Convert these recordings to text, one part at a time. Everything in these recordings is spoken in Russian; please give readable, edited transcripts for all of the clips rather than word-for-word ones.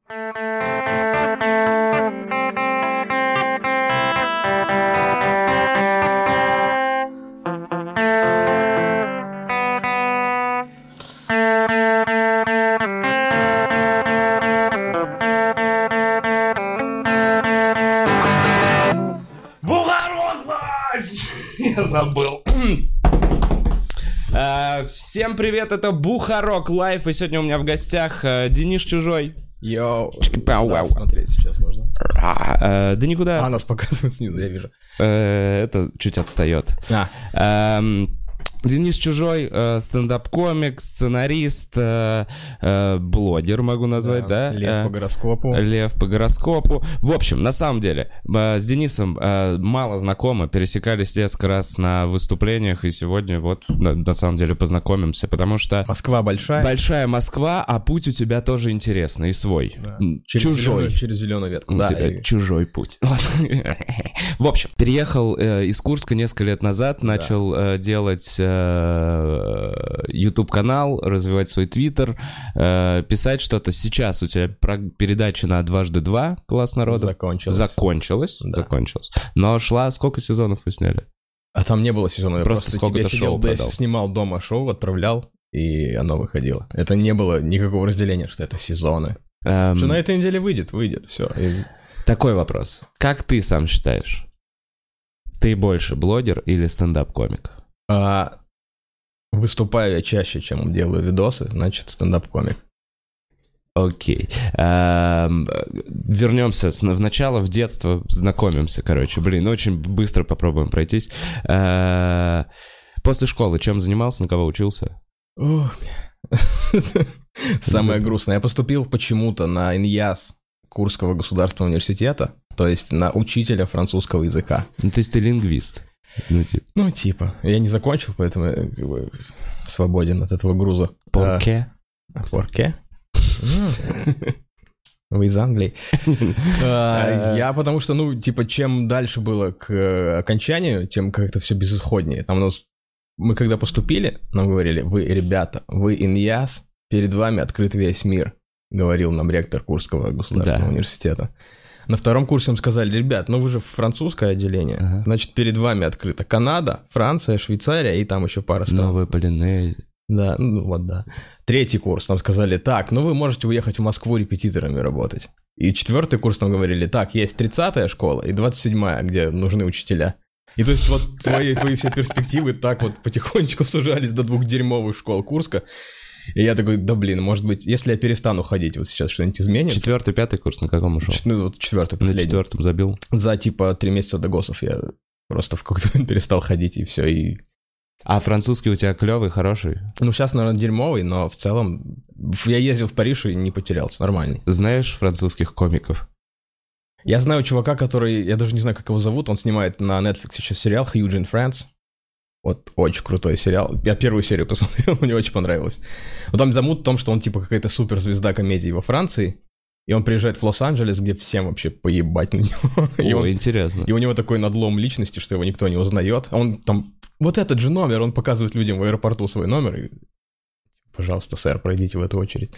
Я забыл. Всем привет, это Бухарок Лайф, и сегодня у меня в гостях Денис Чужой. Йоу. Да, смотреть сейчас нужно. Да никуда. Нас показывают снизу, я вижу. Это чуть отстает. Денис Чужой, стендап-комик, сценарист, блогер, могу назвать, да? Лев по гороскопу. Лев по гороскопу. В общем, на самом деле, с Денисом мало знакомы, пересекались несколько раз на выступлениях, и сегодня вот на самом деле познакомимся, потому что... Москва большая. Большая Москва, а путь у тебя тоже интересный и свой. Да. Чужой. Через зеленую ветку. У тебя чужой путь. В общем, переехал из Курска несколько лет назад, начал делать... YouTube-канал, развивать свой Твиттер, писать что-то. Сейчас у тебя передача на «Дважды два» «Класс народа» закончилась. Но шла... Сколько сезонов вы сняли? А там не было сезонов. Просто сколько-то шоу продал. Снимал дома шоу, отправлял, и оно выходило. Это не было никакого разделения, что это сезоны. Что на этой неделе выйдет, все. Такой вопрос. Как ты сам считаешь? Ты больше блогер или стендап-комик? Выступаю я чаще, чем делаю видосы, значит, стендап-комик. Окей. Вернемся в начало, в детство, знакомимся, короче. Очень быстро попробуем пройтись. После школы чем занимался, на кого учился? Самое грустное. Я поступил почему-то на ИНЯС Курского государственного университета, то есть на учителя французского языка. То есть ты лингвист? Типа. Я не закончил, поэтому я свободен от этого груза. Порке? Порке? Вы из Англии. Я потому что, чем дальше было к окончанию, тем как-то все безысходнее. Там мы когда поступили, нам говорили: вы, ребята, вы ИНЯС, перед вами открыт весь мир, говорил нам ректор Курского государственного университета. На втором курсе нам сказали: ребят, вы же французское отделение, значит, перед вами открыта Канада, Франция, Швейцария и там еще пара стран. Новая Полинезия. Да, да. Третий курс нам сказали: так, вы можете уехать в Москву репетиторами работать. И четвертый курс нам говорили: так, есть 30-я школа и 27-я, где нужны учителя. И то есть вот твои все перспективы так вот потихонечку сужались до 2 дерьмовых школ Курска. И я такой: может быть, если я перестану ходить, вот сейчас что-нибудь изменится. 4-й, 5-й курс на каком ушел? 4-й, последний. На 4-м забил? За 3 месяца до ГОСов я просто в какой-то момент перестал ходить, и все, и... А французский у тебя клевый, хороший? Сейчас, наверное, дерьмовый, но в целом... Я ездил в Париж и не потерялся, нормальный. Знаешь французских комиков? Я знаю чувака, который... Я даже не знаю, как его зовут, он снимает на Netflix сейчас сериал «Huge in France». Вот, очень крутой сериал. Я первую серию посмотрел, мне очень понравилось. Но там замут в том, что он типа какая-то суперзвезда комедии во Франции, и он приезжает в Лос-Анджелес, где всем вообще поебать на него. Интересно. И у него такой надлом личности, что его никто не узнает. Он там... Вот этот же номер, он показывает людям в аэропорту свой номер, и... Пожалуйста, сэр, пройдите в эту очередь.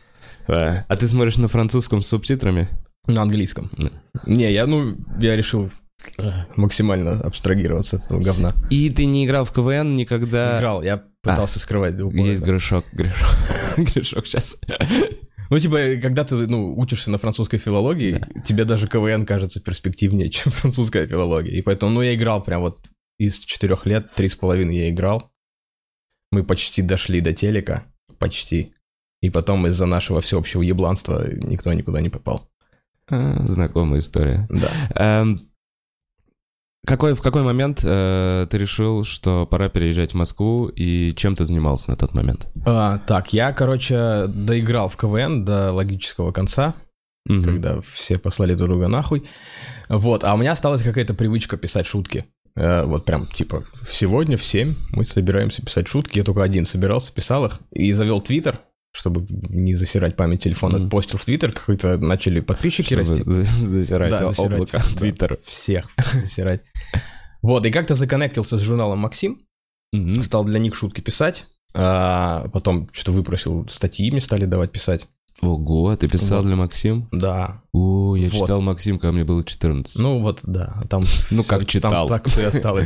А ты смотришь на французском с субтитрами? На английском. Не, я решил... максимально абстрагироваться от этого говна. И ты не играл в КВН никогда? Играл, я пытался скрывать. Есть грешок сейчас. Когда ты, учишься на французской филологии, тебе даже КВН кажется перспективнее, чем французская филология. И поэтому, я играл прям вот из 4 лет, 3,5 я играл. Мы почти дошли до телека, почти. И потом из-за нашего всеобщего ебланства никто никуда не попал. Знакомая история. Да. В какой момент ты решил, что пора переезжать в Москву, и чем ты занимался на тот момент? Я, доиграл в КВН до логического конца, когда все послали друг друга нахуй. Вот, а у меня осталась какая-то привычка писать шутки. Вот прям, сегодня в 7 мы собираемся писать шутки. Я только один собирался, писал их, и завел Твиттер, чтобы не засирать память телефона. Постил в Твиттер, какой-то начали подписчики расти. Засирать облако Твиттера. Всех засирать. Вот, и как-то законнектился с журналом «Максим», стал для них шутки писать, а потом что-то выпросил, статьи мне стали давать писать. Ого, ты писал для Максим? Да. Я читал Максим, когда мне было 14. Ну вот, да. Там ну как читал? Там так все и осталось.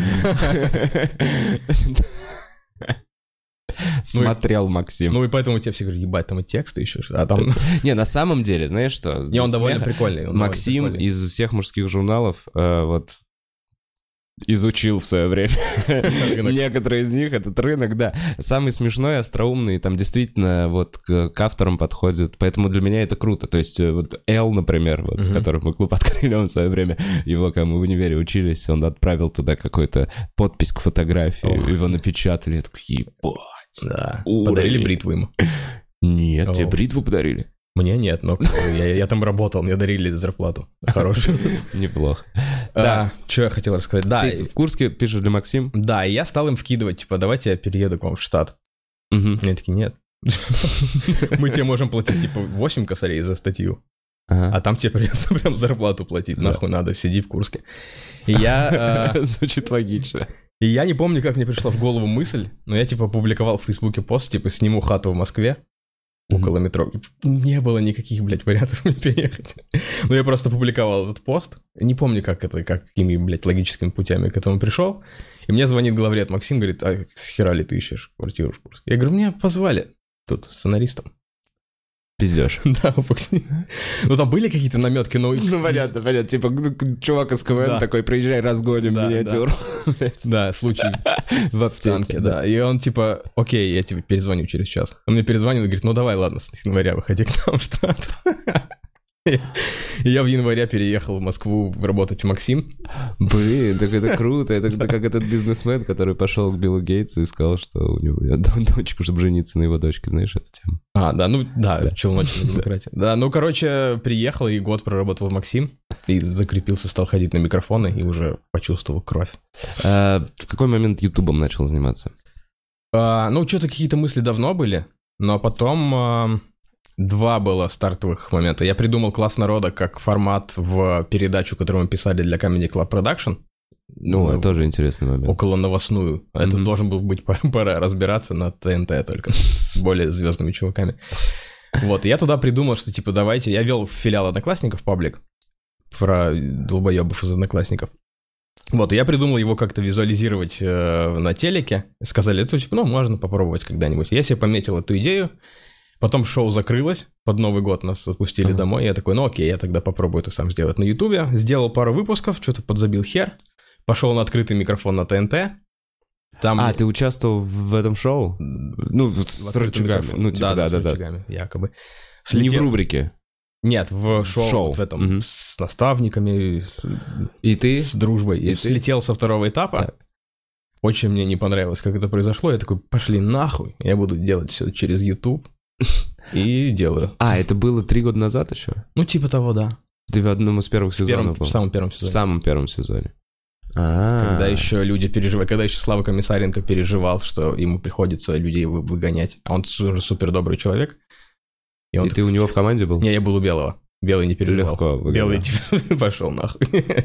Смотрел Максим. Ну и поэтому тебе все говорят, ебать, там и тексты еще. А там... Не, на самом деле, знаешь что? Не, он довольно прикольный. Максим из всех мужских журналов вот изучил в свое время. Некоторые из них, этот рынок, да. Самый смешной, остроумный, там действительно вот к авторам подходит. Поэтому для меня это круто. То есть вот Эл, например, вот, с которым мы клуб открыли, он в свое время, его, когда мы в универе учились, он отправил туда какую-то подпись к фотографии, его напечатали. Я такой, ебать. Да. Подарили бритву ему? Нет, тебе бритву подарили? Мне нет, но я там работал, мне дарили зарплату хорошую. Неплохо. Да, что я хотел рассказать. Да, ты в Курске пишешь для Максим? Да, и я стал им вкидывать, типа, давайте я перееду к вам в штат. Они такие, нет. Мы тебе можем платить, типа, 8 косарей за статью, а там тебе придется прям зарплату платить. Нахуй надо, сиди в Курске. И я... Звучит логично. И я не помню, как мне пришла в голову мысль, но я, типа, опубликовал в Фейсбуке пост, типа, сниму хату в Москве. Около метро. Не было никаких, блядь, вариантов мне переехать. Но я просто публиковал этот пост. Не помню, какими, блядь, логическими путями к этому пришел. И мне звонит главред Максим, говорит, а с хера ли ты ищешь квартиру в Курске? Я говорю, меня позвали тут сценаристом. Пиздешь. Да, ну там были какие-то наметки, но... Ну, понятно. Типа, чувак из КВН такой, приезжай раз в год, миниатюру. Да, случай в Овцянке, да. И он типа, окей, я тебе перезвоню через час. Он мне перезвонил и говорит, ну давай, ладно, с января выходи к нам в штат. И я в январе переехал в Москву работать в Максим. Блин, так это круто. Это как этот бизнесмен, который пошел к Биллу Гейтсу и сказал, что у него дочка, чтобы жениться на его дочке. Знаешь эту тему? Челночная демократия. Да, ну, короче, приехал и год проработал в Максим. И закрепился, стал ходить на микрофоны и уже почувствовал кровь. В какой момент ютубом начал заниматься? Что-то какие-то мысли давно были, но потом... 2 было стартовых момента. Я придумал «Класс народа» как формат в передачу, которую мы писали для Comedy Club Production. Ну, это тоже интересный момент. Около новостную. Это должен был быть пора разбираться на ТНТ только с более звездными чуваками. Вот, я туда придумал, что типа давайте... Я вел филиал Одноклассников паблик про долбоебов из Одноклассников. Вот, и я придумал его как-то визуализировать на телеке. Сказали, это типа, можно попробовать когда-нибудь. Я себе пометил эту идею. Потом шоу закрылось, под Новый год нас отпустили домой, я такой, окей, я тогда попробую это сам сделать на Ютубе. Сделал пару выпусков, что-то подзабил хер, пошел на открытый микрофон на ТНТ. Там... ты участвовал в этом шоу? Ну, с рычагами. Ну, типа, да, с рычагами, якобы. Не в рубрике? Нет, в шоу. В этом, с наставниками, и ты? С дружбой. И слетел со 2-го этапа. Так. Очень мне не понравилось, как это произошло. Я такой, пошли нахуй, я буду делать все через YouTube. И делаю. Это было 3 года назад еще? Ну, типа того, да. Ты в одном из первых сезонов был? В самом первом сезоне. В самом первом сезоне. Когда еще люди переживали, когда еще Слава Комиссаренко переживал, что ему приходится людей выгонять. А он уже супер добрый человек. И ты у него в команде был? Не, я был у Белого. Белый не переживал. Легко выгонял. Белый пошел нахуй.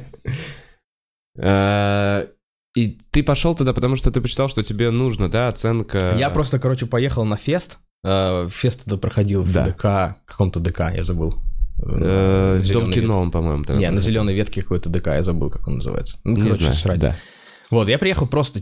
И ты пошел туда, потому что ты посчитал, что тебе нужно, да, оценка... Я просто, поехал на фест. Фест это проходил в ДК, каком-то ДК, я забыл. Дом кино, он, по-моему. Не, на зеленой ветке какой-то ДК, я забыл, как он называется. Не знаю, да. Вот, я приехал просто,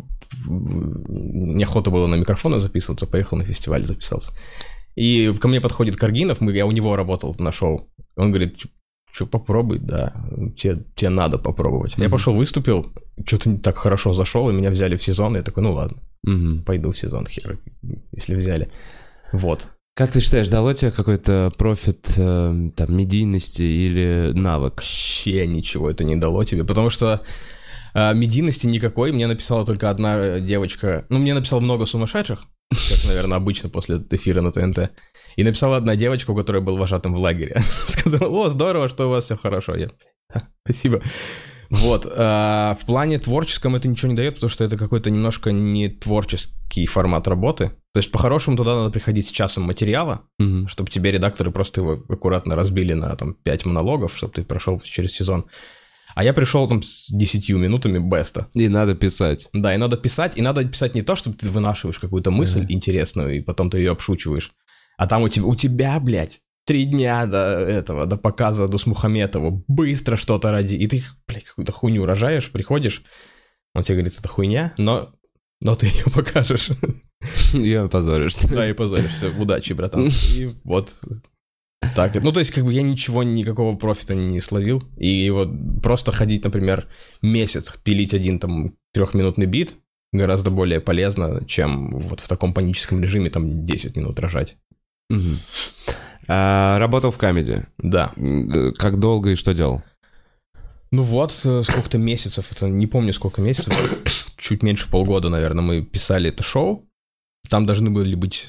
неохота было на микрофоны записываться, поехал на фестиваль, записался. И ко мне подходит Каргинов, я у него работал на шоу. Он говорит, что попробуй, да, тебе надо попробовать. Я пошел, выступил, что-то не так хорошо зашел, и меня взяли в сезон, я такой, ладно. Пойду в сезон, хер, если взяли. Вот. Как ты считаешь, дало тебе какой-то профит, медийности или навык? Вообще ничего это не дало тебе, потому что медийности никакой. Мне написала только одна девочка. Мне написало много сумасшедших, как, наверное, обычно после эфира на ТНТ. И написала одна девочка, у которой был вожатым в лагере. Сказала, здорово, что у вас все хорошо. Спасибо. Вот, в плане творческом это ничего не дает, потому что это какой-то немножко не творческий формат работы. То есть, по-хорошему, туда надо приходить с часом материала, чтобы тебе редакторы просто его аккуратно разбили на 5 монологов, чтобы ты прошел через сезон. А я пришел с 10 минутами беста. И надо писать. Да, и надо писать не то, чтобы ты вынашиваешь какую-то мысль интересную, и потом ты ее обшучиваешь. А там у тебя, блядь, 3 дня до показа Дусмухаметова, быстро что-то ради. И ты, блядь, какую-то хуйню рожаешь, приходишь, он тебе говорит, это хуйня, но ты ее покажешь. И опозоришься. Да, и позоришься. Удачи, братан. И вот так. Ну, то есть, как бы я никакого профита не словил. И вот просто ходить, например, месяц, пилить один там 3-минутный бит гораздо более полезно, чем вот в таком паническом режиме там 10 минут рожать. Угу. Работал в Камеди. Да. Как долго и что делал? Ну вот, сколько-то месяцев, это не помню сколько месяцев, чуть меньше полгода, наверное, мы писали это шоу. Там должны были быть,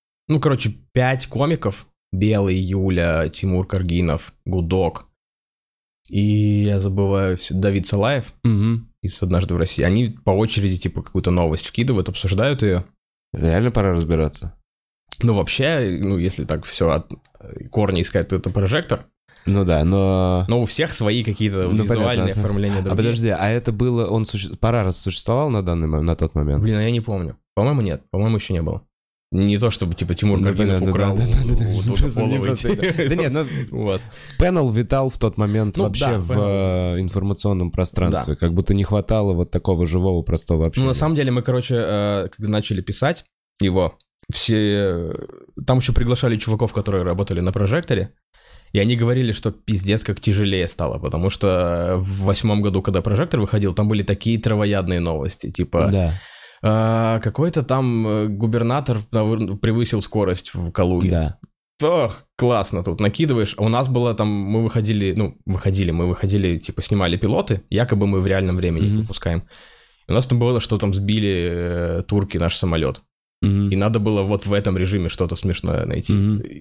5 комиков. Белый, Юля, Тимур Каргинов, Гудок. И я забываю, Давид Салаев из «Однажды в России». Они по очереди, типа, какую-то новость вкидывают, обсуждают ее. Реально пора разбираться? Ну, вообще, если так все от корня искать, то это прожектор. Ну да, но... Но у всех свои какие-то визуальные оформления другие. А подожди, а это было... Парарас существовал на тот момент? Блин, я не помню. По-моему, нет. По-моему, еще не было. Не то, чтобы, типа, Тимур Каргинов украл голову. Да нет, у вас. Пенел витал в тот момент вообще в информационном пространстве. Как будто не хватало вот такого живого, простого общения. Ну, на самом деле, мы, когда начали писать его, там еще приглашали чуваков, которые работали на прожекторе. И они говорили, что пиздец как тяжелее стало, потому что в 2008 году, когда прожектор выходил, там были такие травоядные новости, типа какой-то там губернатор превысил скорость в Калуге. Да. Ох, классно, тут накидываешь. А у нас было там, мы выходили, типа снимали пилоты, якобы мы в реальном времени их выпускаем. И у нас там было, что там сбили турки наш самолет. И надо было вот в этом режиме что-то смешное найти.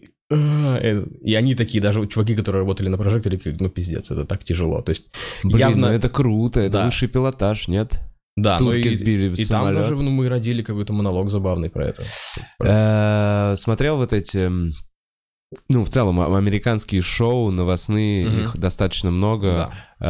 И они такие, даже чуваки, которые работали на прожекторе, пиздец, это так тяжело. То есть явно... это круто, это высший пилотаж, нет? Да, турки сбили и самолет. Там даже мы родили какой-то монолог забавный про это. Смотрел вот эти... в целом, американские шоу, новостные, их достаточно много.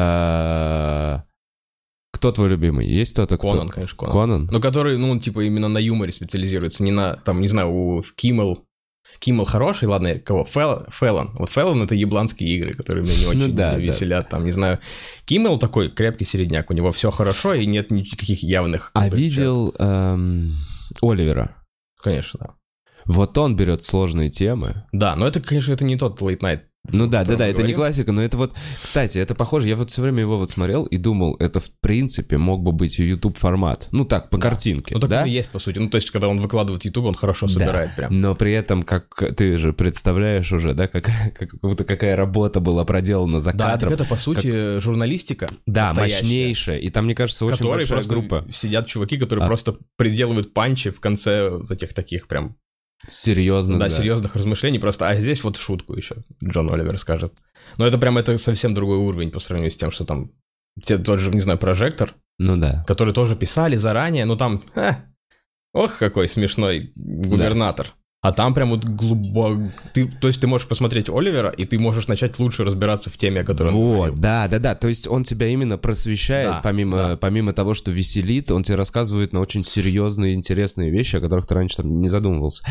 Да. Кто твой любимый? Есть кто-то? Конан, конечно, Конан. Конан? Но который, именно на юморе специализируется. Не на, там, не знаю, у Киммел хороший, ладно, кого? Фэллон. Вот Фэллон — это ебланские игры, которые меня не очень веселят. Там, не знаю. Киммел такой крепкий середняк, у него все хорошо, и нет никаких явных... А видел Оливера? Конечно, да. Вот он берет сложные темы. Да, но это, конечно, это не тот late night. Это не классика, но это вот... Кстати, это похоже, я вот все время его вот смотрел и думал, это в принципе мог бы быть YouTube формат. Так, по картинке, так он и есть, по сути. То есть, когда он выкладывает YouTube, он хорошо собирает прям. Но при этом, как ты же представляешь уже, да, как будто какая работа была проделана за кадром. Да, так это, по сути, журналистика. Да, мощнейшая. И там, мне кажется, очень большая группа. Сидят чуваки, которые просто приделывают панчи в конце этих таких прям... Серьезно, да. Серьезных размышлений просто. А здесь вот шутку еще Джон Оливер скажет. Но это совсем другой уровень по сравнению с тем, что там тот же, не знаю, прожектор. Который тоже писали заранее. Там, ох, какой смешной губернатор. А там прям вот глубоко... То есть ты можешь посмотреть Оливера, и ты можешь начать лучше разбираться в теме, о которой он говорил. Да. То есть он тебя именно просвещает, помимо того, что веселит, он тебе рассказывает на очень серьезные, интересные вещи, о которых ты раньше там не задумывался.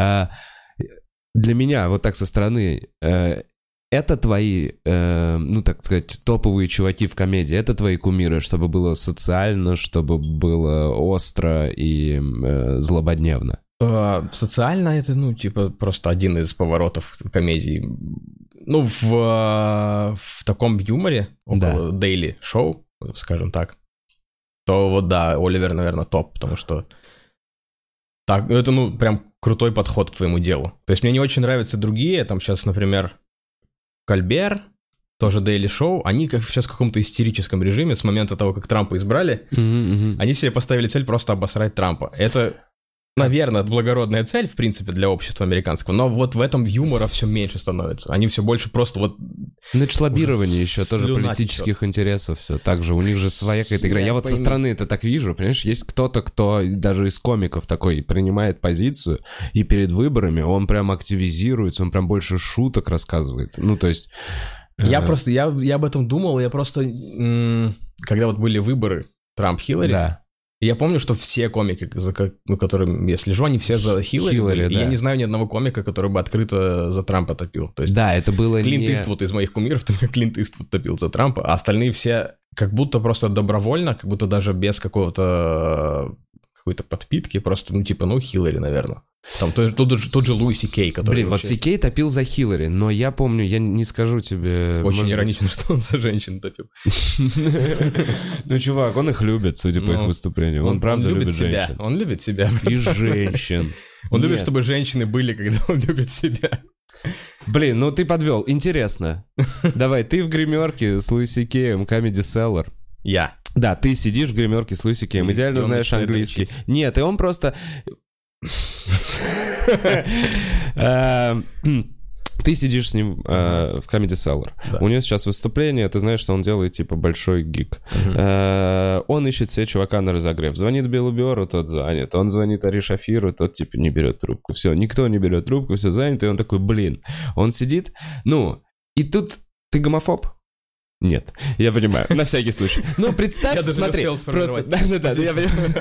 Для меня, вот так со стороны, это твои, так сказать, топовые чуваки в комедии, это твои кумиры, чтобы было социально, чтобы было остро и злободневно. Социально это, просто один из поворотов комедии. В таком юморе, около daily шоу, скажем так, то вот да, Оливер, наверное, топ, потому что так, это, прям крутой подход к твоему делу. То есть мне не очень нравятся другие, там сейчас, например, Кольбер, тоже daily шоу, они сейчас в каком-то истерическом режиме с момента того, как Трампа избрали, они себе поставили цель просто обосрать Трампа. Это... Наверное, это благородная цель, в принципе, для общества американского, но вот в этом юмора все меньше становится. Они все больше просто вот... это ж лоббирование еще тоже политических интересов, все. Также у них же своя какая-то игра. Я вот со стороны это так вижу, понимаешь, есть кто-то, кто даже из комиков такой принимает позицию, и перед выборами он прям активизируется, он прям больше шуток рассказывает. То есть... Я об этом думал, я просто... Когда вот были выборы Трамп-Хиллари... Я помню, что все комики, которым я слежу, они все за Хиллари, да. И я не знаю ни одного комика, который бы открыто за Трампа топил. То есть да, это было Клинт Иствуд из моих кумиров, только Клинт Иствуд топил за Трампа, а остальные все как будто просто добровольно, как будто даже без какой-то подпитки, просто, Хиллари, наверное. Там тот же Луи Си Кей, который... Блин, вообще... вот Си Кей топил за Хиллари, но я помню, я не скажу тебе... Очень иронично, что он за женщин топил. Ну, чувак, он их любит, судя по их выступлениям. Он правда любит женщин. Он любит себя. И женщин. Он любит, чтобы женщины были, когда он любит себя. Блин, ну ты подвел. Интересно. Давай, ты в гримерке с Луи Си Кеем, Comedy Cellar. Я. Да, ты сидишь в гримерке с Луи Си Кеем, идеально знаешь английский. Нет, и он просто... Ты сидишь с ним в Comedy Cellar. Да. У него сейчас выступление, ты знаешь, что он делает, типа, большой гиг. Он ищет себе чувака на разогрев. Звонит Биллу Бёрру, тот занят. Он звонит Ари Шафиру, тот, типа, не берет трубку. Все, никто не берет трубку, все занято. И он такой, блин. Он сидит, и тут ты гомофоб? Нет, я понимаю, на всякий случай. Ну, представь, смотри, просто... Да, я понимаю.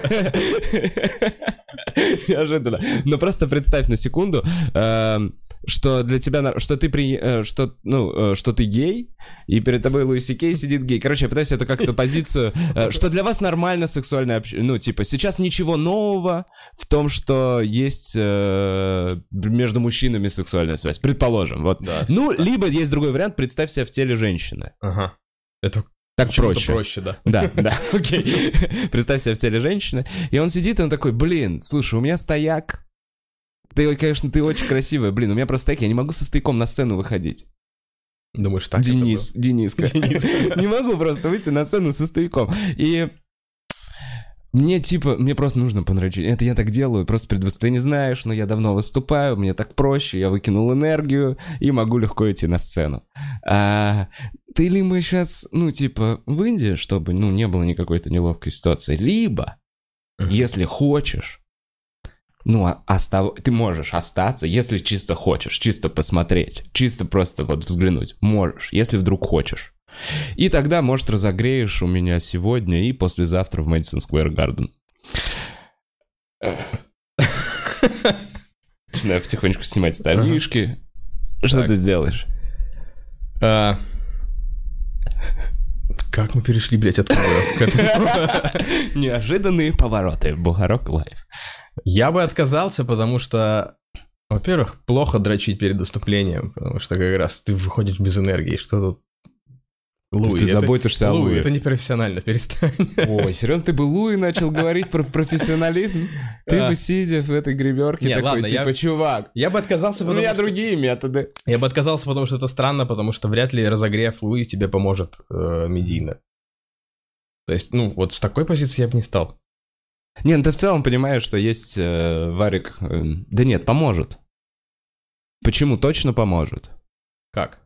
Неожиданно. Но просто представь на секунду, что для тебя, что ты гей, и перед тобой Луи Си Кей сидит гей. Короче, я пытаюсь эту как-то позицию, что для вас нормально сексуальное общение. Сейчас ничего нового в том, что есть между мужчинами сексуальная связь. Предположим, вот. Да, либо есть другой вариант, представь себя в теле женщины. Ага. Это так проще, да. Да, окей. Представь себя в теле женщины. И он сидит, и он такой, блин, слушай, у меня стояк. Ты, конечно, ты очень красивая. Блин, у меня просто стояк, я не могу со стояком на сцену выходить. Думаешь, так Дениска. Не могу просто выйти на сцену со стояком. И мне просто нужно подрочить. Это я так делаю, просто перед выступлением, знаешь, но я давно выступаю, мне так проще, я выкинул энергию и могу легко идти на сцену. Ты либо сейчас, в Индии, чтобы, не было никакой-то неловкой ситуации, либо, если хочешь, ты можешь остаться, если чисто хочешь, чисто посмотреть, чисто просто взглянуть, можешь, если вдруг хочешь. И тогда, может, разогреешь у меня сегодня и послезавтра в Madison Square Garden. Начинаю потихонечку снимать штанишки. Что ты сделаешь? Как мы перешли, блядь, от Бугарок к этому? Неожиданные повороты. Бугарок лайф. Я бы отказался, потому что, во-первых, плохо дрочить перед выступлением, потому что как раз ты выходишь без энергии. Что тут? Луи, ты заботишься о Луи. Это не профессионально, перестань. Ой, серьезно, ты бы Луи начал говорить про профессионализм? Ты бы, сидя в этой гримерке, такой, чувак, я бы отказался, потому что... У меня другие методы. Я бы отказался, потому что это странно, потому что вряд ли разогрев Луи тебе поможет медийно. То есть, с такой позиции я бы не стал. Не, ты в целом понимаешь, что есть варик... Да нет, поможет. Почему? Точно поможет. Как?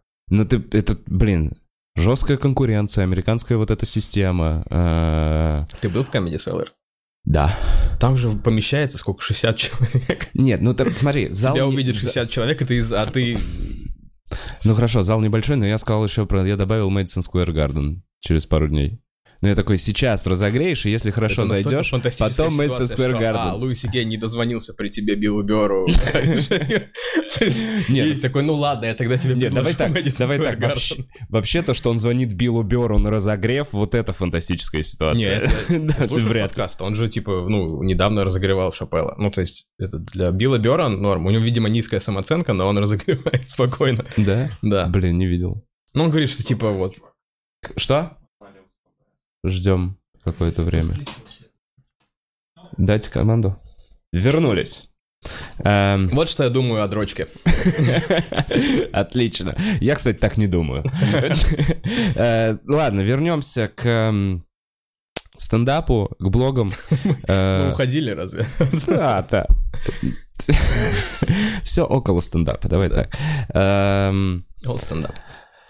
Жесткая конкуренция, американская вот эта система. Ты был в Comedy Cellar? Да. Там же помещается сколько? 60 человек? Нет, смотри, зал... Тебя увидит 60 человек, а ты... Ну хорошо, зал небольшой, но я сказал еще я добавил Madison Square Garden через пару дней. Ну, я такой, сейчас разогреешь, и если хорошо зайдешь, потом Madison Square Garden. Луи Си Кей не дозвонился при тебе Биллу Бёрру. Нет, такой, ладно, я тогда тебе предложу. Давай так. Вообще то, что он звонит Биллу Бёрру на разогрев, вот это фантастическая ситуация. Нет, слушай подкаст, он же, недавно разогревал Шапелла. То есть, это для Билла Бёрра норм. У него, видимо, низкая самооценка, но он разогревает спокойно. Да? Да. Блин, не видел. Он говорит, что Что? Ждем какое-то время. Дайте команду. Вернулись. Вот что я думаю о дрочке. Отлично. Я, кстати, так не думаю. Ладно, вернемся к стендапу, к блогам. Мы уходили разве? Да. Все около стендапа, давай так. Стендап.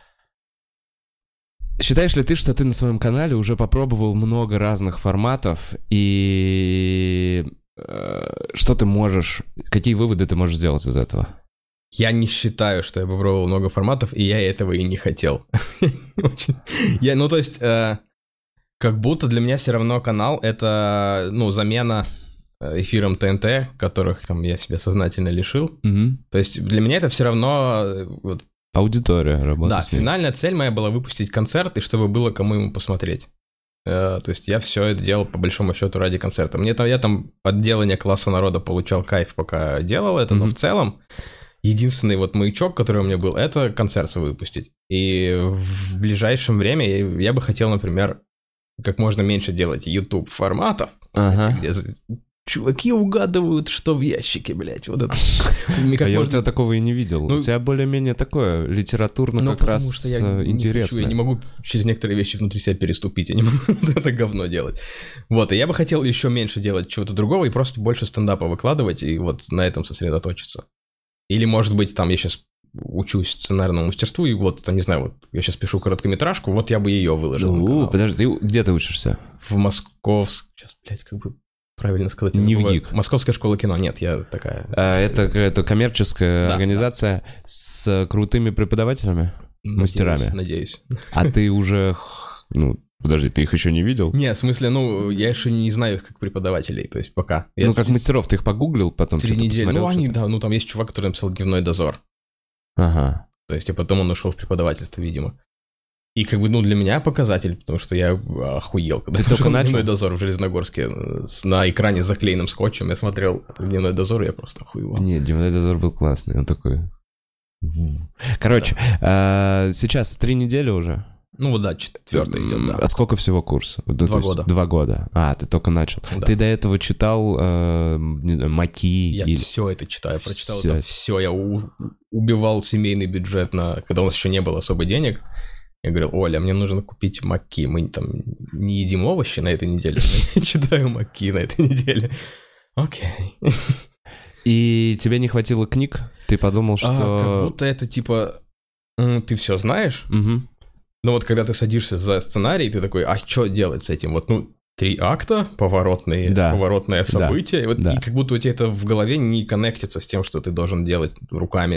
Считаешь ли ты, что ты на своем канале уже попробовал много разных форматов, и что ты можешь, какие выводы ты можешь сделать из этого? Я не считаю, что я попробовал много форматов, и я этого и не хотел. как будто для меня все равно канал — это, ну, замена эфирам ТНТ, которых там я себя сознательно лишил. То есть для меня это все равно... Вот, аудитория работает. Да, финальная цель моя была выпустить концерт, и чтобы было кому ему посмотреть. То есть я все это делал по большому счету ради концерта. Я там от делания «Класса народа» получал кайф, пока делал это, но в целом единственный вот маячок, который у меня был, это концерт свой выпустить. И в ближайшем время я бы хотел, например, как можно меньше делать YouTube форматов, где чуваки угадывают, что в ящике, блядь, вот это. Я у тебя такого и не видел. У тебя более-менее такое литературно как раз интересно. Я не могу через некоторые вещи внутри себя переступить, я не могу это говно делать. Вот, и я бы хотел еще меньше делать чего-то другого и просто больше стендапа выкладывать и вот на этом сосредоточиться. Или, может быть, там я сейчас учусь сценарному мастерству, и вот, там, не знаю, вот я сейчас пишу короткометражку, вот я бы ее выложил. Подожди, где ты учишься? В Московск... Сейчас, блядь, как бы... Правильно сказать. Не в ГИК. Московская школа кино. Нет, я такая... Это коммерческая организация с крутыми преподавателями? Мастерами? Надеюсь. А ты уже... Ну, подожди, ты их еще не видел? Не, в смысле, ну, я еще не знаю их как преподавателей, то есть пока. Как мастеров, ты их погуглил, потом 3 недели. посмотрел? Ну, они, да, ну, там есть чувак, который написал «Дневной дозор». Ага. То есть, и потом он ушел в преподавательство, видимо. И как бы, ну, для меня показатель, потому что я охуел, когда ты только начал? «Дневной дозор» в Железногорске на экране с заклеенным скотчем. Я смотрел «Дневной дозор», и я просто охуевал. Нет, «Дневной дозор» был классный, он такой... Короче, сейчас 3 недели уже? Ну, вот да, 4-й идет, да. А сколько всего курс? 2 года. 2 года. А, ты только начал. Да. Ты до этого читал Маки? Я все это читаю, прочитал это все. Я убивал семейный бюджет, когда у нас еще не было особо денег. Я говорил: Оля, мне нужно купить Маки. Мы там не едим овощи на этой неделе, я читаю Маки на этой неделе. Окей. И тебе не хватило книг? Ты подумал, что... Как будто это типа... Ты все знаешь, но вот когда ты садишься за сценарий, ты такой: а что делать с этим? Вот, 3 акта, поворотное событие, и как будто у тебя это в голове не коннектится с тем, что ты должен делать руками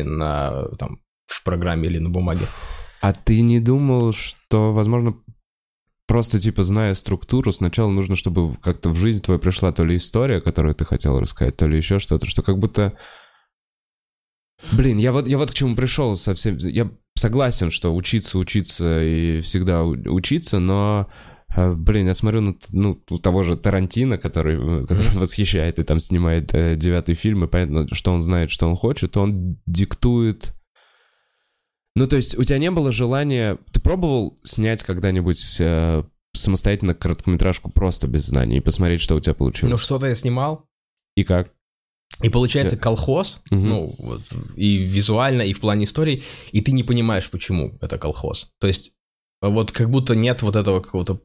в программе или на бумаге. А ты не думал, что, возможно, просто, зная структуру, сначала нужно, чтобы как-то в жизнь твою пришла то ли история, которую ты хотел рассказать, то ли еще что-то, что как будто... Блин, я вот к чему пришел совсем... Я согласен, что учиться и всегда учиться, но... Блин, я смотрю у того же Тарантино, который восхищает и там снимает 9-й фильм, и понятно, что он знает, что он хочет, он диктует... то есть у тебя не было желания... Ты пробовал снять когда-нибудь самостоятельно короткометражку просто без знаний и посмотреть, что у тебя получилось? Что-то я снимал. И как? И получается колхоз, и визуально, и в плане истории, и ты не понимаешь, почему это колхоз. То есть вот как будто нет вот этого какой-то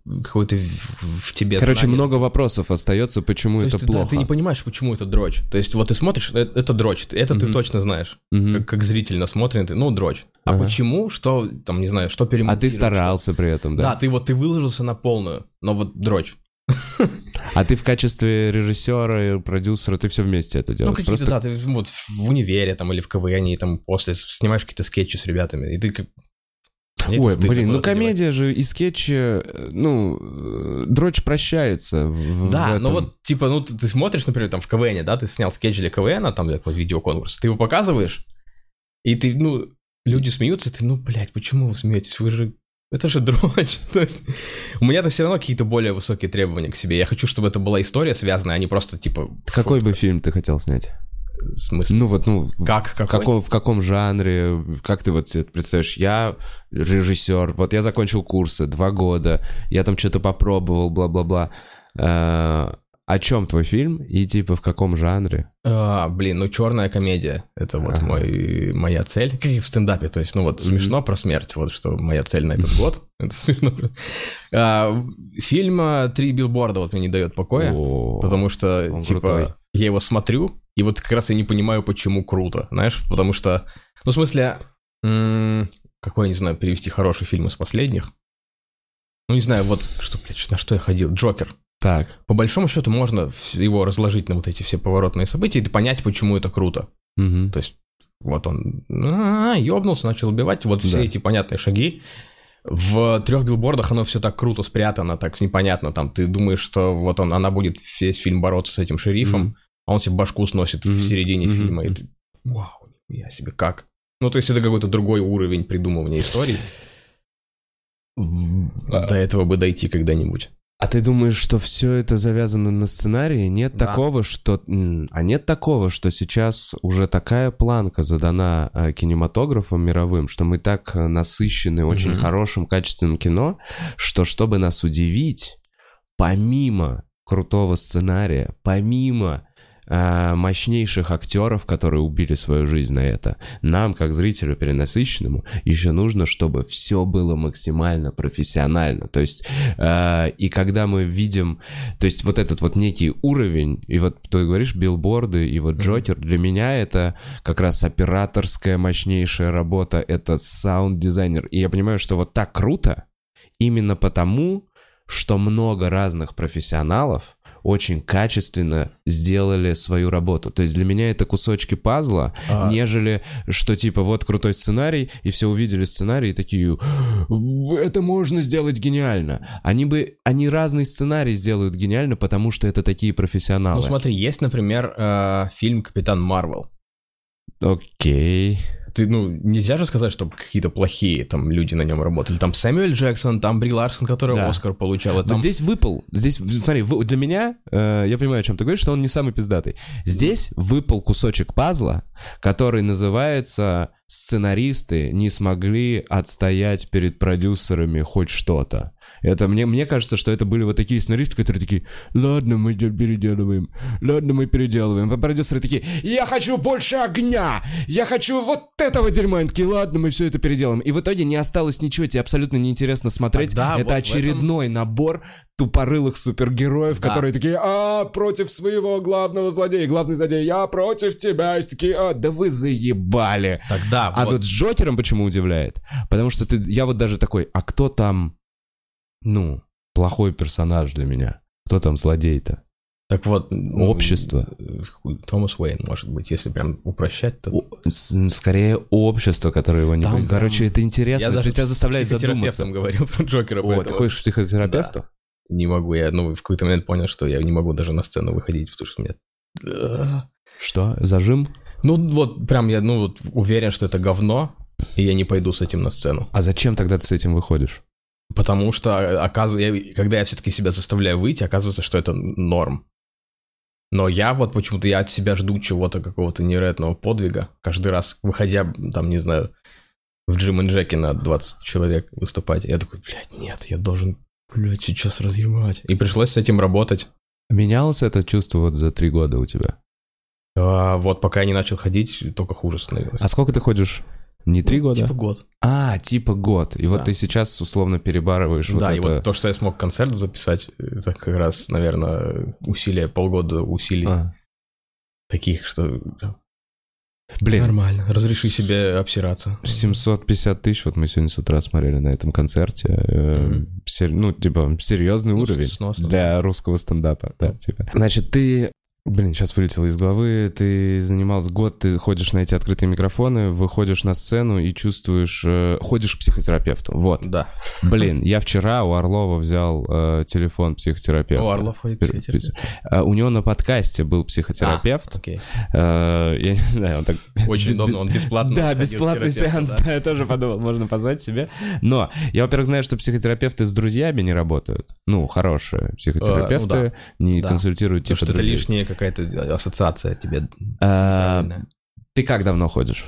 в тебе... Короче, знания. Много вопросов остается, почему это плохо. Ты не понимаешь, почему это дрочь. То есть вот ты смотришь, это дрочь, это ты точно знаешь, как зритель насмотрен, дрочь. А почему, что, там, не знаю, что перемонтировать. А ты старался при этом, да? Да, ты выложился на полную, но вот дрочь. А ты в качестве режиссера и продюсера, ты все вместе это делаешь? Какие-то, да, ты вот в универе там или в КВН, там после снимаешь какие-то скетчи с ребятами, и ты как... Ой, блин, комедия делать. Же и скетчи, дрочь прощается. Да, но вот, ты смотришь, например, там в КВН, да, ты снял скетч для КВН, там такой видеоконкурс, ты его показываешь, и ты, люди смеются, ты, блядь, почему вы смеетесь, вы же... Это же дрочь. То есть у меня-то все равно какие-то более высокие требования к себе. Я хочу, чтобы это была история связанная, а не просто, Какой бы фильм ты хотел снять? В смысле? В каком жанре? Как ты вот себе представляешь? Я режиссер, вот я закончил курсы 2 года, я там что-то попробовал, бла-бла-бла. О чем твой фильм и в каком жанре? Черная комедия. Это вот моя цель. Как и в стендапе. То есть, смешно про смерть. Вот что моя цель на этот год. Это смешно. Фильм «3 билборда» вот мне не дает покоя. Потому что, я его смотрю, и вот как раз я не понимаю, почему круто. Знаешь? Потому что, в смысле, какой, не знаю, перевести хороший фильм из последних. Не знаю, вот, на что я ходил? «Джокер». Так. По большому счету можно его разложить на вот эти все поворотные события и понять, почему это круто. То есть вот он ёбнулся, начал убивать, вот все эти понятные шаги. В 3 билбордах оно все так круто спрятано, так непонятно. Там ты думаешь, что вот она будет весь фильм бороться с этим шерифом, а он себе башку сносит в середине фильма. И ты, вау, я себе как? Ну, то есть это какой-то другой уровень придумывания историй. До этого бы дойти когда-нибудь. А ты думаешь, что все это завязано на сценарии? Нет такого, что... А нет такого, что сейчас уже такая планка задана кинематографом мировым, что мы так насыщены очень хорошим, качественным кино, что чтобы нас удивить, помимо крутого сценария, помимо мощнейших актеров, которые убили свою жизнь на это, нам, как зрителю перенасыщенному, еще нужно, чтобы все было максимально профессионально. То есть, и когда мы видим, то есть вот этот вот некий уровень, и вот ты говоришь, билборды, и вот Джокер, для меня это как раз операторская мощнейшая работа, это саунд-дизайнер. И я понимаю, что вот так круто именно потому, что много разных профессионалов очень качественно сделали свою работу. То есть для меня это кусочки пазла, нежели что типа вот крутой сценарий, и все увидели сценарий и такие, это можно сделать гениально. Они разный сценарий сделают гениально, потому что это такие профессионалы. Ну смотри, есть, например, фильм «Капитан Марвел». Окей. Ты, нельзя же сказать, что какие-то плохие там люди на нем работали. Там Сэмюэль Джексон, там Бри Ларсон, которая Оскар получала. Там... Здесь выпал. Здесь, смотри, для меня, я понимаю, о чем ты говоришь, что он не самый пиздатый. Здесь выпал кусочек пазла, который называется «Сценаристы не смогли отстоять перед продюсерами хоть что-то». Это мне кажется, что это были вот такие сценаристы, которые такие, ладно, мы переделываем, а продюсеры такие, я хочу больше огня, я хочу вот этого дерьма, они такие, ладно, мы все это переделаем. И в итоге не осталось ничего, тебе абсолютно неинтересно смотреть, это вот очередной набор тупорылых супергероев, которые такие, против своего главного злодея, главный злодей, я против тебя, и такие, да вы заебали. Тогда вот с Джокером почему удивляет? Потому что я вот даже такой, а кто там... плохой персонаж для меня. Кто там злодей-то? Так вот... Общество. Томас Уэйн, может быть, если прям упрощать, то... Скорее, общество, которое его не... Короче, это интересно, это тебя заставляет задуматься. Я говорил про Джокера, поэтому... Ты ходишь к психотерапевту? Да. Не могу, я в какой-то момент понял, что я не могу даже на сцену выходить, потому что меня... Что? Зажим? Вот прям я уверен, что это говно, и я не пойду с этим на сцену. А зачем тогда ты с этим выходишь? Потому что, когда я все-таки себя заставляю выйти, оказывается, что это норм. Но я вот почему-то от себя жду чего-то, какого-то невероятного подвига. Каждый раз, выходя, там, не знаю, в Джим и Джеки на 20 человек выступать, я такой, нет, я должен, сейчас разъебать. И пришлось с этим работать. Менялось это чувство вот за 3 года у тебя? Вот пока я не начал ходить, только хуже становилось. А сколько ты ходишь? Не 3 года? Типа год. Типа год. И вот ты сейчас условно перебарываешь вот это... Да, и вот то, что я смог концерт записать, это как раз, наверное, полгода усилий таких, что... Блин. Нормально. Разреши себе обсираться. 750 тысяч, вот мы сегодня с утра смотрели на этом концерте. Серьезный уровень сносно, для русского стендапа. Да, типа. Значит, ты... сейчас вылетело из головы. Ты занимался год, ты ходишь на эти открытые микрофоны, выходишь на сцену и чувствуешь... ходишь к психотерапевту. Вот. Да. Я вчера у Орлова взял телефон психотерапевта. У Орлова психотерапевт. У него на подкасте был психотерапевт. Окей. Я не знаю, он так... Очень удобно, он бесплатно. Да, бесплатный сеанс. Да, я тоже подумал, можно позвать себе. Но я, во-первых, знаю, что психотерапевты с друзьями не работают. Хорошие психотерапевты не консультируют типа что это лишнее какая-то ассоциация тебе. Ты как давно ходишь?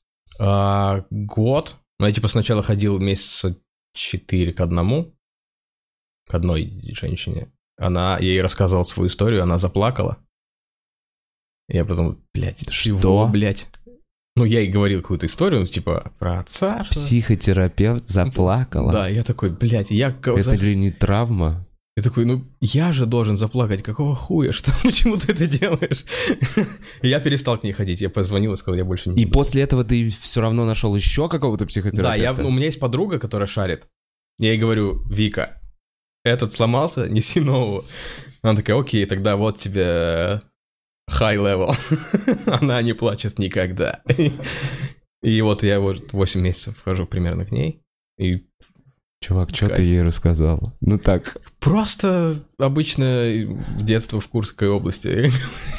Год. Я сначала ходил месяца 4 к одной женщине. Я ей рассказывал свою историю, она заплакала. Я потом, что? Блядь. Я ей говорил какую-то историю, про отца. Психотерапевт заплакала? Да, я такой, это ли не травма? Я такой, я же должен заплакать, какого хуя, почему ты это делаешь? Я перестал к ней ходить, я позвонил и сказал, я больше не буду. И после этого ты все равно нашел еще какого-то психотерапевта? Да, у меня есть подруга, которая шарит. Я ей говорю, Вика, этот сломался, неси нового. Она такая, окей, тогда вот тебе high level. Она не плачет никогда. И вот я 8 месяцев хожу примерно к ней, и Чувак, что ты ей рассказал? Ну так. Просто обычное детство в Курской области.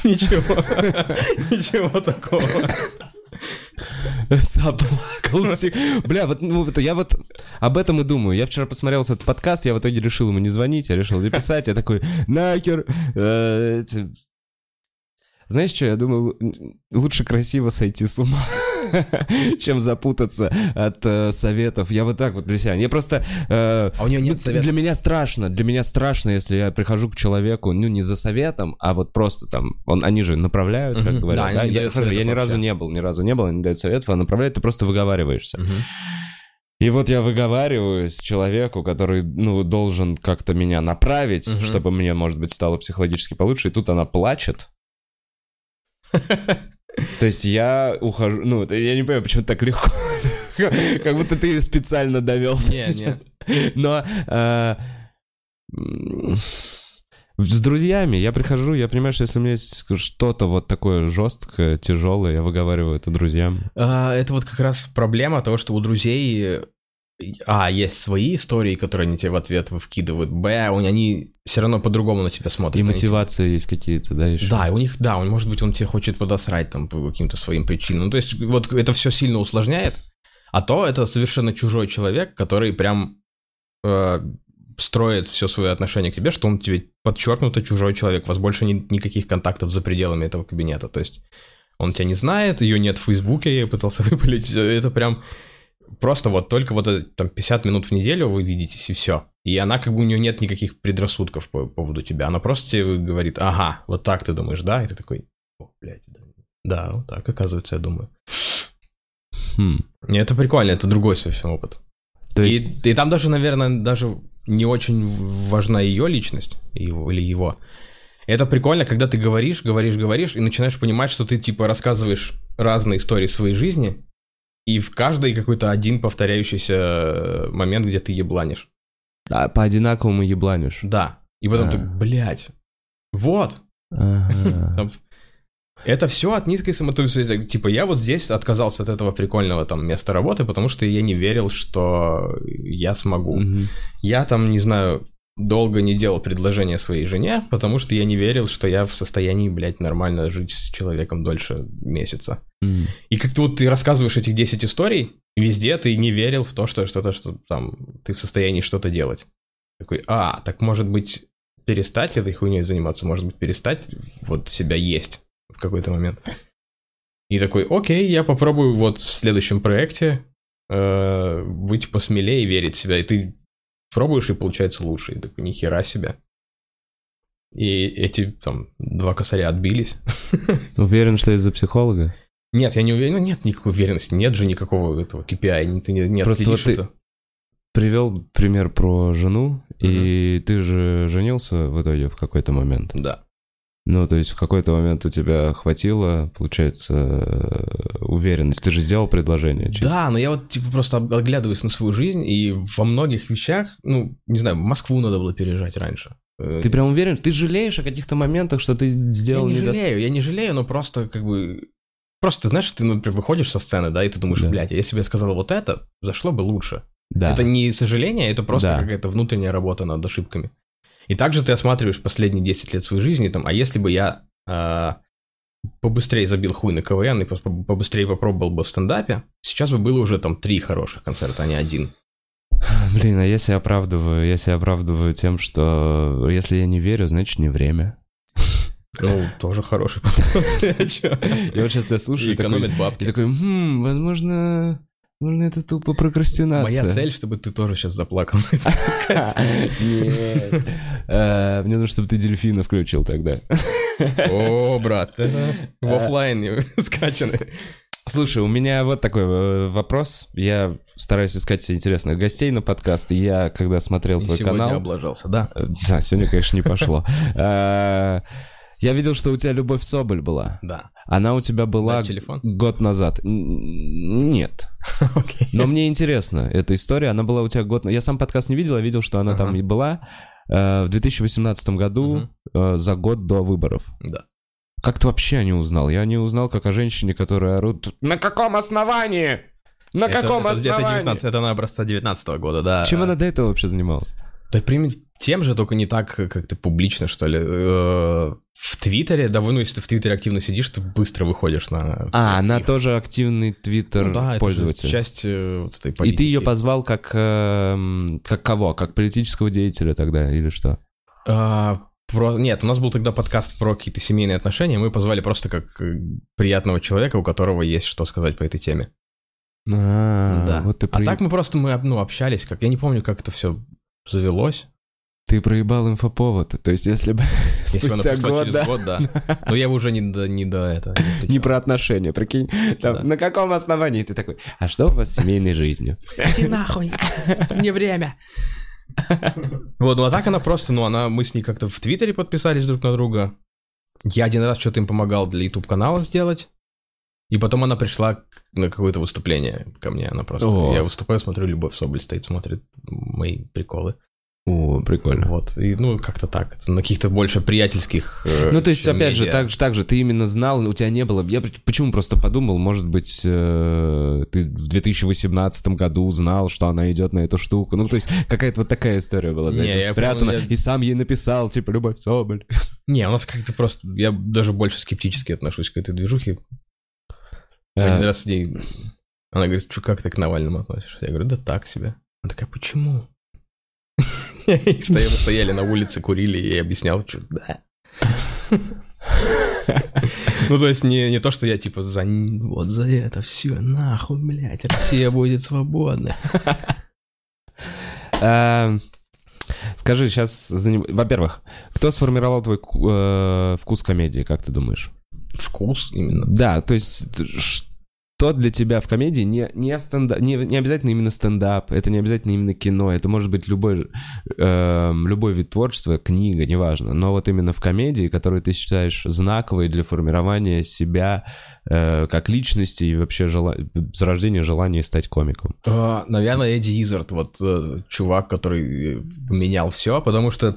Ничего такого. Заплакал. Бля, вот я вот об этом и думаю. Я вчера посмотрел этот подкаст, я в итоге решил ему не звонить, я решил написать, я такой, нахер. Знаешь что, я думаю, лучше красиво сойти с ума, чем запутаться от советов. Я вот так вот для себя. Я просто... А у нее нет советов? Для меня страшно, если я прихожу к человеку, ну, не за советом, а вот просто там... Они же направляют, как говорят. Да, я ни разу не был, они не дают советов, а направляют, ты просто выговариваешься. И вот я выговариваюсь человеку, который, ну, должен как-то меня направить, чтобы мне, может быть, стало психологически получше, и тут она плачет. То есть я ухожу... Ну, я не понимаю, почему так легко. Как будто ты специально довел. Нет. Но с друзьями я прихожу, я понимаю, что если у меня есть что-то вот такое жесткое, тяжелое, я выговариваю это друзьям. Это вот как раз проблема того, что у друзей... есть свои истории, которые они тебе в ответ вкидывают. Они все равно по-другому на тебя смотрят. И мотивации есть какие-то, да, еще? Да, может быть, он тебе хочет подосрать там по каким-то своим причинам. Ну, то есть вот это все сильно усложняет. А то это совершенно чужой человек, который прям строит все свое отношение к тебе, что он тебе подчеркнуто чужой человек. У вас больше никаких контактов за пределами этого кабинета. То есть он тебя не знает, ее нет в Фейсбуке, я пытался выпалить. Это прям... Просто вот только вот там 50 минут в неделю вы видитесь, и все. И она как бы у нее нет никаких предрассудков по поводу тебя. Она просто тебе говорит, ага, вот так ты думаешь, да? И ты такой, о, блядь, да, вот так, оказывается, я думаю. И это прикольно, это другой совсем опыт. То есть... и там даже, наверное, даже не очень важна ее личность или его. Это прикольно, когда ты говоришь, и начинаешь понимать, что ты типа рассказываешь разные истории своей жизни, и в каждой какой-то один повторяющийся момент, где ты ебланишь. А по-одинаковому ебланишь. Да. И потом ты, блядь, вот. Это все от низкой самооценки. Типа, я вот здесь отказался от этого прикольного там места работы, потому что я не верил, что я смогу. Я там, не знаю, долго не делал предложение своей жене, потому что я не верил, что я в состоянии, блядь, нормально жить с человеком дольше месяца. И как-то вот ты рассказываешь этих 10 историй, и везде ты не верил в то, что что-то, что там ты в состоянии что-то делать. Такой, так может быть перестать этой хуйней заниматься, может быть перестать вот себя есть в какой-то момент. И такой, окей, я попробую вот в следующем проекте быть посмелее и верить в себя. И ты пробуешь, и получается лучше. И такой, нихера себе. И эти там 2 косаря отбились. Уверен, что из-за психолога? Нет, я не уверен. Ну, нет никакой уверенности. Нет же никакого этого KPI. Ты не просто вот ты привел пример про жену, и ты же женился в итоге в какой-то момент. Да. Ну, то есть в какой-то момент у тебя хватило, получается, уверенности. Ты же сделал предложение. Честно. Да, но я вот типа просто оглядываюсь на свою жизнь, и во многих вещах, ну, не знаю, в Москву надо было переезжать раньше. Ты прям уверен? Ты жалеешь о каких-то моментах, что ты сделал недостаточно? Я не жалею, но просто как бы... Просто, знаешь, ты, например, выходишь со сцены, да, и ты думаешь, блядь, если бы я сказал вот это, зашло бы лучше. Да. Это не сожаление, это просто какая-то внутренняя работа над ошибками. И также ты осматриваешь последние 10 лет своей жизни, там, а если бы я побыстрее забил хуй на КВН и побыстрее попробовал бы в стендапе, сейчас бы было уже там 3 хороших концерта, а не 1. Блин, а я себя оправдываю тем, что если я не верю, значит не время. Ну, тоже хороший подход. Я вот сейчас тебя слушаю и такой, возможно, это тупо прокрастинация. Моя цель, чтобы ты тоже сейчас заплакал на этом подкасте. Нет. Мне нужно, чтобы ты дельфина включил тогда. О, брат, в оффлайне скачаны. Слушай, у меня вот такой вопрос. Я стараюсь искать себе интересных гостей на подкаст. И я, когда смотрел твой канал... Сегодня облажался, да? Да, сегодня, конечно, не пошло. Я видел, что у тебя Любовь Соболь была. Да. Она у тебя была год назад. Нет. Okay. Но мне интересно, эта история, она была у тебя год назад. Я сам подкаст не видел, я видел, что она там и была в 2018 году, за год до выборов. Да. Как ты вообще не узнал? Я не узнал, как о женщине, которая орут: «На каком основании? На каком основании? Это на образца 19-го года, да. Чем она до этого вообще занималась? Да, тем же, только не так как-то публично, что ли. В Твиттере, да, ну, если ты в Твиттере активно сидишь, ты быстро выходишь на... она тоже активный Твиттер-пользователь. Это часть вот этой политики. И ты ее позвал как кого? Как политического деятеля тогда, или что? Нет, у нас был тогда подкаст про какие-то семейные отношения, мы позвали просто как приятного человека, у которого есть что сказать по этой теме. Да. Вот А так мы просто общались, я не помню, как это все завелось. Ты проебал инфоповод, то есть если бы спустя год, через год, да. Но я уже не до этого. Не про отношения, прикинь. На каком основании ты такой, а что у вас с семейной жизнью? Иди нахуй, не время. Вот, ну а так она просто, мы с ней как-то в Твиттере подписались друг на друга. Я один раз что-то им помогал для YouTube-канала сделать. И потом она пришла на какое-то выступление ко мне. Она просто... Я выступаю, смотрю, Любовь Соболь стоит, смотрит мои приколы. О, прикольно. Вот, и, как-то так. Это на каких-то больше приятельских... то есть, опять же, так же, ты именно знал, у тебя не было... Я почему просто подумал, может быть, ты в 2018 году знал, что она идет на эту штуку. То есть, какая-то вот такая история была за этим спрятана. И сам ей написал, типа, Любовь Соболь. Не, у нас как-то просто... Я даже больше скептически отношусь к этой движухе. Один раз с ней... Она говорит, как ты к Навальному относишься? Я говорю, да так себе. Она такая, почему? Стояли на улице, курили, и я объяснял, что да. То есть не то, что я типа за это все, нахуй, блядь, Россия будет свободна. Скажи, сейчас, во-первых, кто сформировал твой вкус комедии, как ты думаешь? Вкус именно? Да, то есть... Что для тебя в комедии не обязательно именно стендап, это не обязательно именно кино, это может быть любой вид творчества, книга, неважно, но вот именно в комедии, которую ты считаешь знаковой для формирования себя как личности и вообще зарождения желания стать комиком. Наверное, Эдди Иззард, вот чувак, который менял все, потому что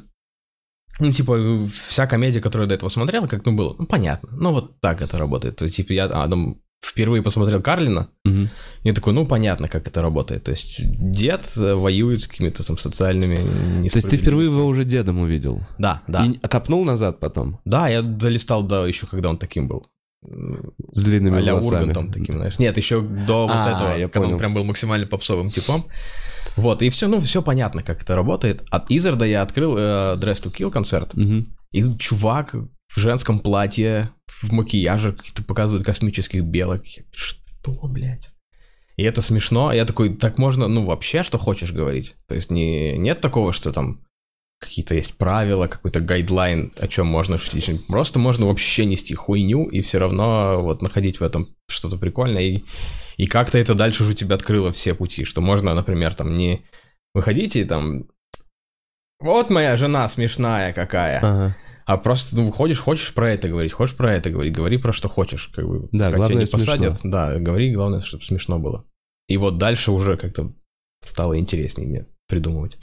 вся комедия, которую я до этого смотрел, как было, понятно, вот так это работает. Типа я впервые посмотрел Карлина, и такой, понятно, как это работает. То есть дед воюет с какими-то там социальными несправедливостями. То есть ты впервые его уже дедом увидел? Да. И копнул назад потом? Да, я долистал еще когда он таким был. С длинными волосами. Ургантом таким, знаешь. Нет, еще до вот этого, когда он прям был максимально попсовым типом. Вот, и все, все понятно, как это работает. От Иззарда я открыл Dress to Kill концерт, и чувак в женском платье, в макияже какие-то показывают космических белок. Что, блядь? И это смешно. Я такой, так можно, вообще, что хочешь говорить. То есть нет такого, что там какие-то есть правила, какой-то гайдлайн, о чем можно шутить. Просто можно вообще нести хуйню и все равно вот находить в этом что-то прикольное. И как-то это дальше уже у тебя открыло все пути. Что можно, например, там не выходите и там... Вот моя жена смешная какая. Ага. А просто выходишь, хочешь про это говорить, говори про что хочешь. Как бы, да, главное, тебя не посадят, да, говори, главное, чтобы смешно было. И вот дальше уже как-то стало интереснее мне придумывать.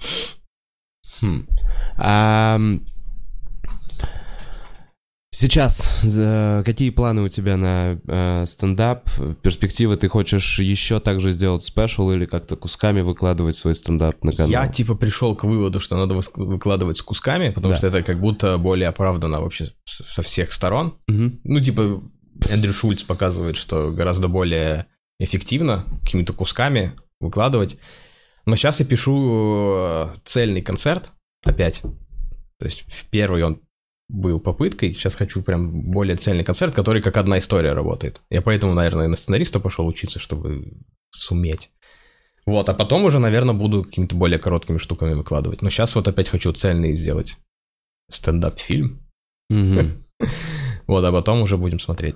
Сейчас какие планы у тебя на стендап? Перспективы, ты хочешь еще также сделать спешл или как-то кусками выкладывать свой стендап на канал? Я пришел к выводу, что надо выкладывать с кусками, потому что это как будто более оправдано вообще со всех сторон. Эндрю Шульц показывает, что гораздо более эффективно какими-то кусками выкладывать. Но сейчас я пишу цельный концерт опять. То есть первый он был попыткой, сейчас хочу прям более цельный концерт, который как одна история работает. Я поэтому, наверное, на сценариста пошел учиться, чтобы суметь. Вот, а потом уже, наверное, буду какими-то более короткими штуками выкладывать. Но сейчас вот опять хочу цельный сделать стендап-фильм. Вот, а потом уже будем смотреть.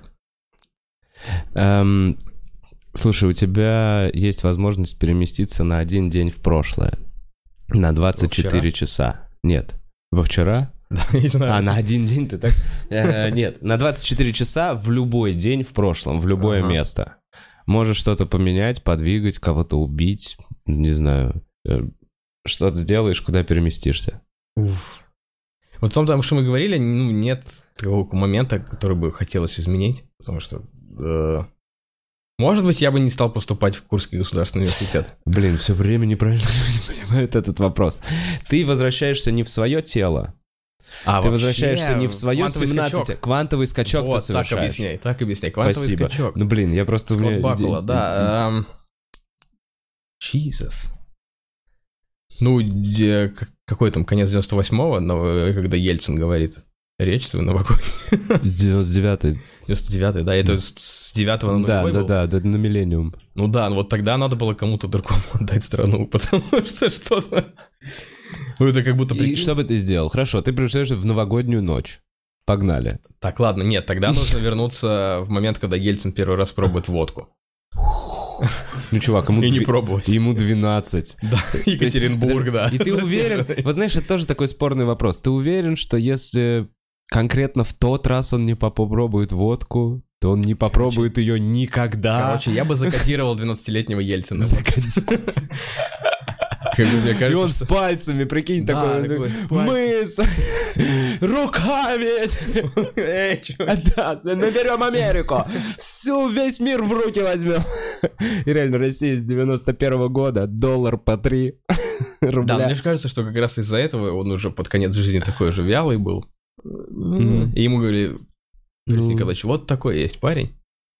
Слушай, у тебя есть возможность переместиться на один день в прошлое. На 24 часа. Нет. Во вчера? Да, не знаю. На один день ты так... Нет, на 24 часа в любой день в прошлом, в любое место. Можешь что-то поменять, подвигать, кого-то убить, не знаю. Что-то сделаешь, куда переместишься. Уф. Вот в том, что мы говорили, нет такого момента, который бы хотелось изменить, потому что Может быть, я бы не стал поступать в Курский государственный университет. Блин, все время неправильно люди понимают этот вопрос. Ты возвращаешься не в свое тело. Ты возвращаешься не в свое 17. Квантовый скачок ты совершаешь. Так объясняй. Квантовый скачок. Ну, блин, я просто... Скотт Бакула, да. Jesus. Ну, какой там, конец 98-го, когда Ельцин говорит речь свою новогоднюю. 99-й. 99-й, да, это с 9-го на новый был? Да, на миллениум. Ну да, вот тогда надо было кому-то другому отдать страну, потому что что-то... Ну это как будто... И что бы ты сделал? Хорошо, ты превращаешься в новогоднюю ночь. Погнали. Так, ладно, нет, тогда нужно вернуться в момент, когда Ельцин первый раз пробует водку. Ну, чувак, ему... И не пробовать. Ему 12. Да, Екатеринбург, да. И ты уверен... Вот знаешь, это тоже такой спорный вопрос. Ты уверен, что если конкретно в тот раз он не попробует водку, то он не попробует ее никогда? Короче, я бы закодировал 12-летнего Ельцина. И он с пальцами, прикинь, такой... Мы с руками... Да, наберем Америку. Весь мир в руки возьмем. И реально, Россия с 91-го года, $1 по 3 рубля. Да, мне же кажется, что как раз из-за этого он уже под конец жизни такой же вялый был. И ему говорили: Борис Николаевич, вот такой есть парень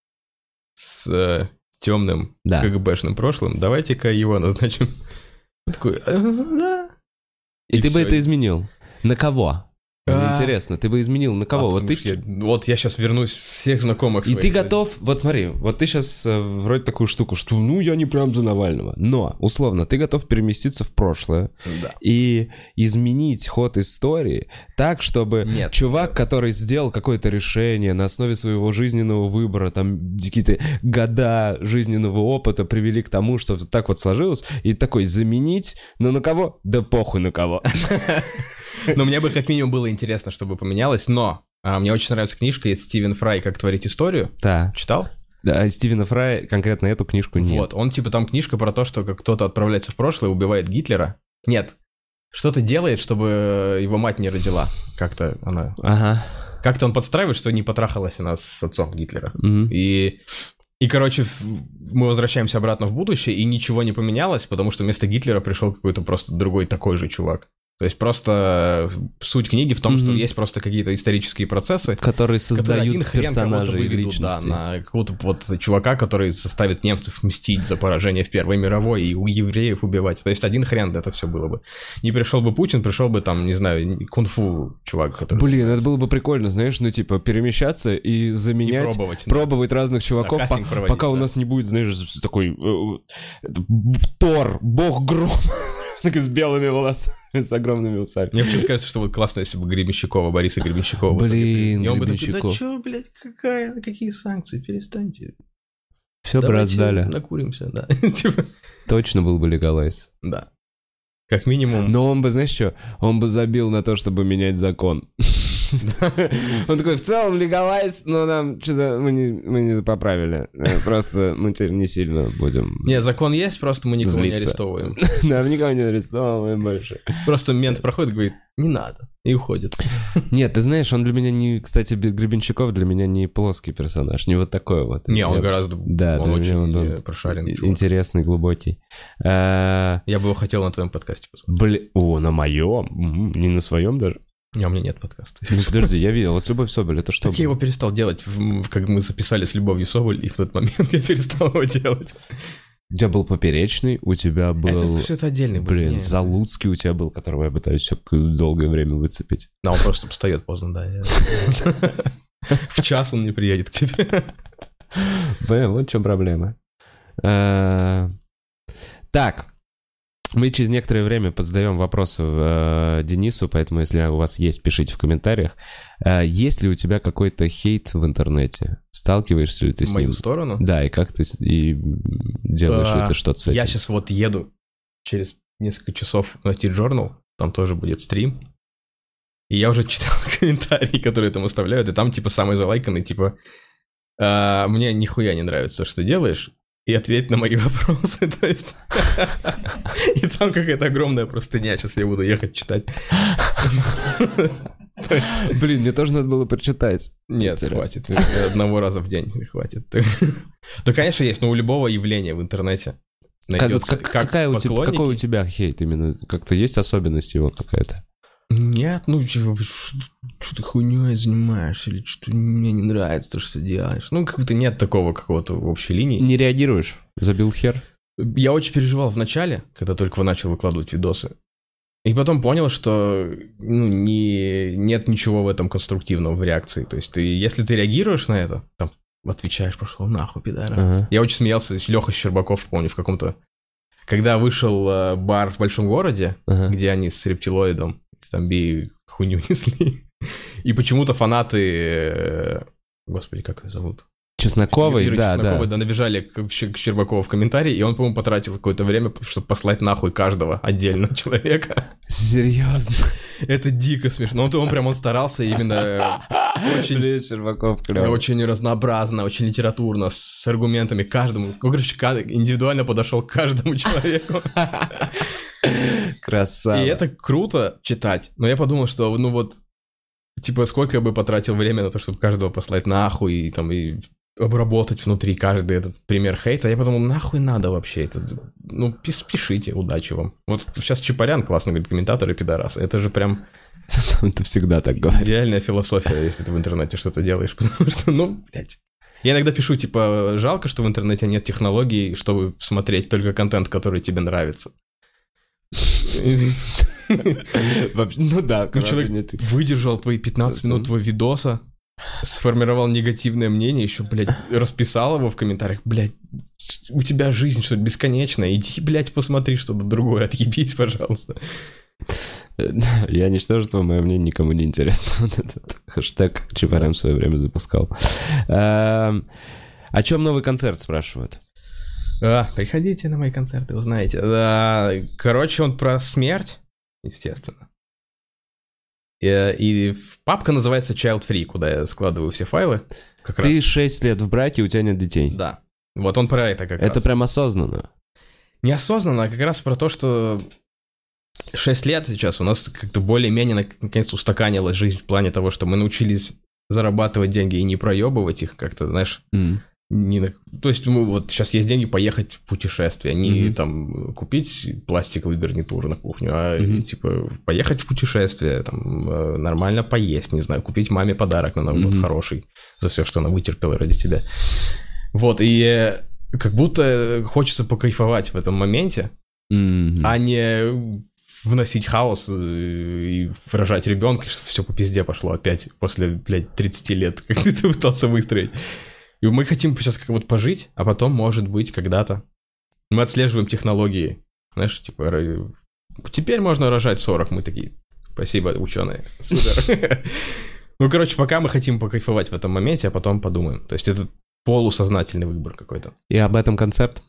с темным КГБшным прошлым, давайте-ка его назначим. Такой, да. И ты бы это изменил? На кого? Интересно, ты бы изменил на кого? Вот я сейчас вернусь всех знакомых своих. И ты готов, вот смотри, вот ты сейчас вроде такую штуку, что ну я не прям за Навального, но, условно, ты готов переместиться в прошлое и изменить ход истории так, чтобы чувак, который сделал какое-то решение на основе своего жизненного выбора, там какие-то года жизненного опыта привели к тому, что так вот сложилось, и такой заменить, но на кого? Да похуй на кого. Но мне бы как минимум было интересно, чтобы поменялось, но мне очень нравится книжка, есть Стивен Фрай «Как творить историю». Да. Читал? Да, Стивена Фрая конкретно эту книжку нет. Вот, он типа там книжка про то, что как кто-то отправляется в прошлое, убивает Гитлера. Нет, что-то делает, чтобы его мать не родила. Как-то она... Ага. Как-то он подстраивает, что не потрахалась она с отцом Гитлера. Угу. И, короче, мы возвращаемся обратно в будущее, и ничего не поменялось, потому что вместо Гитлера пришел какой-то просто другой такой же чувак. То есть просто суть книги в том, что есть просто какие-то исторические процессы, которые создают персонажей и личности. Да, на какого-то вот чувака, который заставит немцев мстить за поражение в Первой мировой и у евреев убивать. То есть один хрен это все было бы. Не пришел бы Путин, пришел бы там, не знаю, кунг-фу чувак, который... Блин, это было бы прикольно, знаешь, ну типа перемещаться и заменять, и пробовать разных чуваков, пока у нас не будет, знаешь, такой Тор, бог грома. С белыми волосами, с огромными усами. Мне почему-то кажется, что вот классно, если бы Гребенщикова, Бориса Гребенщикова. Блин, и он бы такой: да чё, блядь, какие санкции, перестаньте. Все бы раздали. Накуримся, да. Точно был бы легалайз. Да. Как минимум. Но он бы, знаешь что, он бы забил на то, чтобы менять закон. Он такой: в целом легалайз, но нам что-то мы не поправили. Просто мы теперь не сильно будем... Нет, закон есть, просто мы никого не арестовываем. Да, мы никого не арестовываем больше. Просто мент проходит и говорит: не надо, и уходит. Нет, ты знаешь, он для меня не... Кстати, Гребенщиков для меня не плоский персонаж, не вот такой вот. Не, он гораздо... Да, он очень прошаренный чувак. Интересный, глубокий. Я бы его хотел на твоем подкасте посмотреть. На моем? Не на своем даже? Не, у меня нет подкаста. Ну, подожди, я видел, вот с Любовью Соболь, это что? Так я его перестал делать, как мы записали с Любовью Соболь, и в тот момент я перестал его делать. У тебя был Поперечный, у тебя был... Это все это отдельный был. Блин, Залуцкий у тебя был, которого я пытаюсь все долгое время выцепить. Да, он просто встает поздно, да. В час он не приедет к тебе. Блин, вот в чем проблема. Так. Мы через некоторое время позадаем вопросы Денису, поэтому, если у вас есть, пишите в комментариях. Есть ли у тебя какой-то хейт в интернете? Сталкиваешься ли ты с ним? В мою сторону? Да, и как ты делаешь ли ты что-то с этим? Я сейчас вот еду через несколько часов на T-Journal, там тоже будет стрим. И я уже читал комментарии, которые там оставляют, и там типа самый залайканный, типа: мне нихуя не нравится, что ты делаешь, и ответь на мои вопросы, то есть... И там какая-то огромная простыня, сейчас я буду ехать читать. Блин, мне тоже надо было прочитать. Нет, хватит. Одного раза в день хватит. Да, конечно, есть, но у любого явления в интернете найдется. Какой у тебя хейт именно? Как-то есть особенность его какая-то? Нет, ну, типа, что ты хуйней занимаешься, или что мне не нравится то, что делаешь. Ну, как-то нет такого какого-то общей линии. Не реагируешь? Забил хер? Я очень переживал в начале, когда только начал выкладывать видосы. И потом понял, что нет ничего в этом конструктивного в реакции. То есть, если ты реагируешь на это, там, отвечаешь, пошел нахуй, пидора. Я очень смеялся, Леха Щербаков, помню, в каком-то... Когда вышел бар в большом городе, где они с рептилоидом, там хуйню несли. И почему-то фанаты... Господи, как ее зовут? Чесноковой, да. Набежали к Щербакову в комментарии, и он, по-моему, потратил какое-то время, чтобы послать нахуй каждого отдельно человека. Серьезно? Это дико смешно. Он старался именно очень... Щербаков клёвый. Очень разнообразно, очень литературно, с аргументами каждому. Короче, индивидуально подошел к каждому человеку. Красава. И это круто читать. Но я подумал, что, сколько я бы потратил время на то, чтобы каждого послать нахуй и обработать внутри каждый этот пример хейта. Я подумал, нахуй надо вообще это? Пишите, удачи вам. Вот сейчас Чапарян классно говорит, комментаторы пидорасы. Это же прям... Это всегда так говорит. Идеальная философия, если ты в интернете что-то делаешь. Потому что, блядь. Я иногда пишу, жалко, что в интернете нет технологий, чтобы смотреть только контент, который тебе нравится. Ну да. Человек выдержал твои 15 минут твоего видоса, сформировал негативное мнение, еще, блядь, расписал его в комментариях. Блядь, у тебя жизнь что-то бесконечная. Иди, блядь, посмотри что-то другое, отъебись, пожалуйста. Я ничтожество, мое мнение никому не интересно. Вот этот хэштег Чапарян в свое время запускал. О чем новый концерт, спрашивают? Приходите на мои концерты, узнаете. Короче, он про смерть, естественно. И папка называется Child Free, куда я складываю все файлы. Ты 6 лет в браке, у тебя нет детей. Да. Вот он про это как раз. Это прям осознанно. Неосознанно, а как раз про то, что 6 лет сейчас у нас как-то более-менее наконец устаканилась жизнь в плане того, что мы научились зарабатывать деньги и не проебывать их как-то, знаешь... То есть сейчас есть деньги поехать в путешествие, не там купить пластиковый гарнитур на кухню, а поехать в путешествие, там нормально поесть, не знаю, купить маме подарок на Новый год хороший за все, что она вытерпела ради тебя. Вот, и как будто хочется покайфовать в этом моменте, а не вносить хаос и рожать ребенка, чтобы все по пизде пошло опять после, блядь, 30 лет, как ты пытался выстроить. И мы хотим сейчас как вот пожить, а потом, может быть, когда-то мы отслеживаем технологии. Знаешь, теперь можно рожать 40. Мы такие, спасибо, ученые. Супер. Пока мы хотим покайфовать в этом моменте, а потом подумаем. То есть это полусознательный выбор какой-то. И об этом концепт?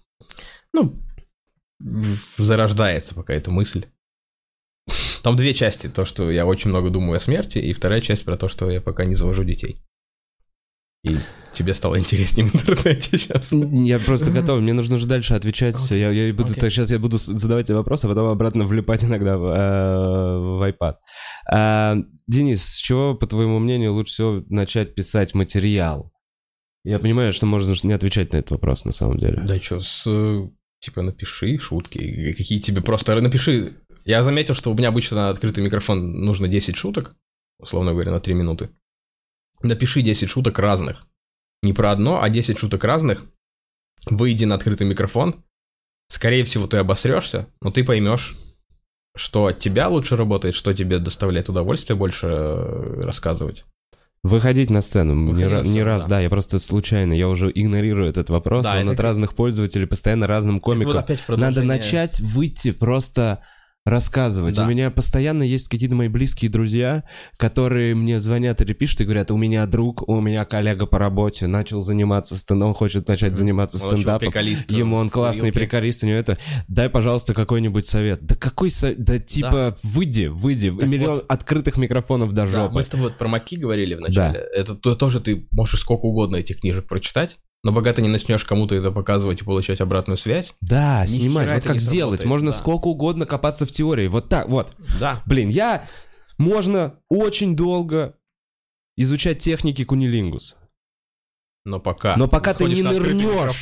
Зарождается пока эта мысль. Там 2 части. То, что я очень много думаю о смерти, и 2 часть про то, что я пока не завожу детей. И тебе стало интереснее в интернете сейчас. Я просто готов, мне нужно же дальше отвечать. Сейчас я буду задавать тебе вопросы, а потом обратно влипать иногда в iPad. Денис, с чего, по твоему мнению, лучше всего начать писать материал? Я понимаю, что можно не отвечать на этот вопрос, на самом деле. Да что, напиши шутки, какие тебе просто... Напиши. Я заметил, что у меня обычно на открытый микрофон нужно 10 шуток, условно говоря, на 3 минуты. Напиши 10 шуток разных. Не про одно, а 10 шуток разных. Выйди на открытый микрофон. Скорее всего, ты обосрешься, но ты поймешь, что от тебя лучше работает, что тебе доставляет удовольствие больше рассказывать. Выходить на сцену. Не раз, да, я просто случайно, я уже игнорирую этот вопрос. Да, он от разных пользователей, постоянно разным комикам. Надо начать выйти просто... рассказывать. Да. У меня постоянно есть какие-то мои близкие друзья, которые мне звонят или пишут и говорят, у меня друг, у меня коллега по работе начал заниматься стендапом, он хочет начать заниматься стендапом. Ему он классный приколист, у него это... Дай, пожалуйста, какой-нибудь совет. Да какой совет? Да типа выйди. Миллион открытых микрофонов до жопы. Мы с тобой про Маки говорили вначале. Да. Это тоже ты можешь сколько угодно этих книжек прочитать. Но пока ты не начнешь кому-то это показывать и получать обратную связь... Да, снимать, вот как делать. Можно сколько угодно копаться в теории. Вот так, вот. Да. Блин, я можно очень долго изучать техники кунилингуса. Но пока ты не нырнешь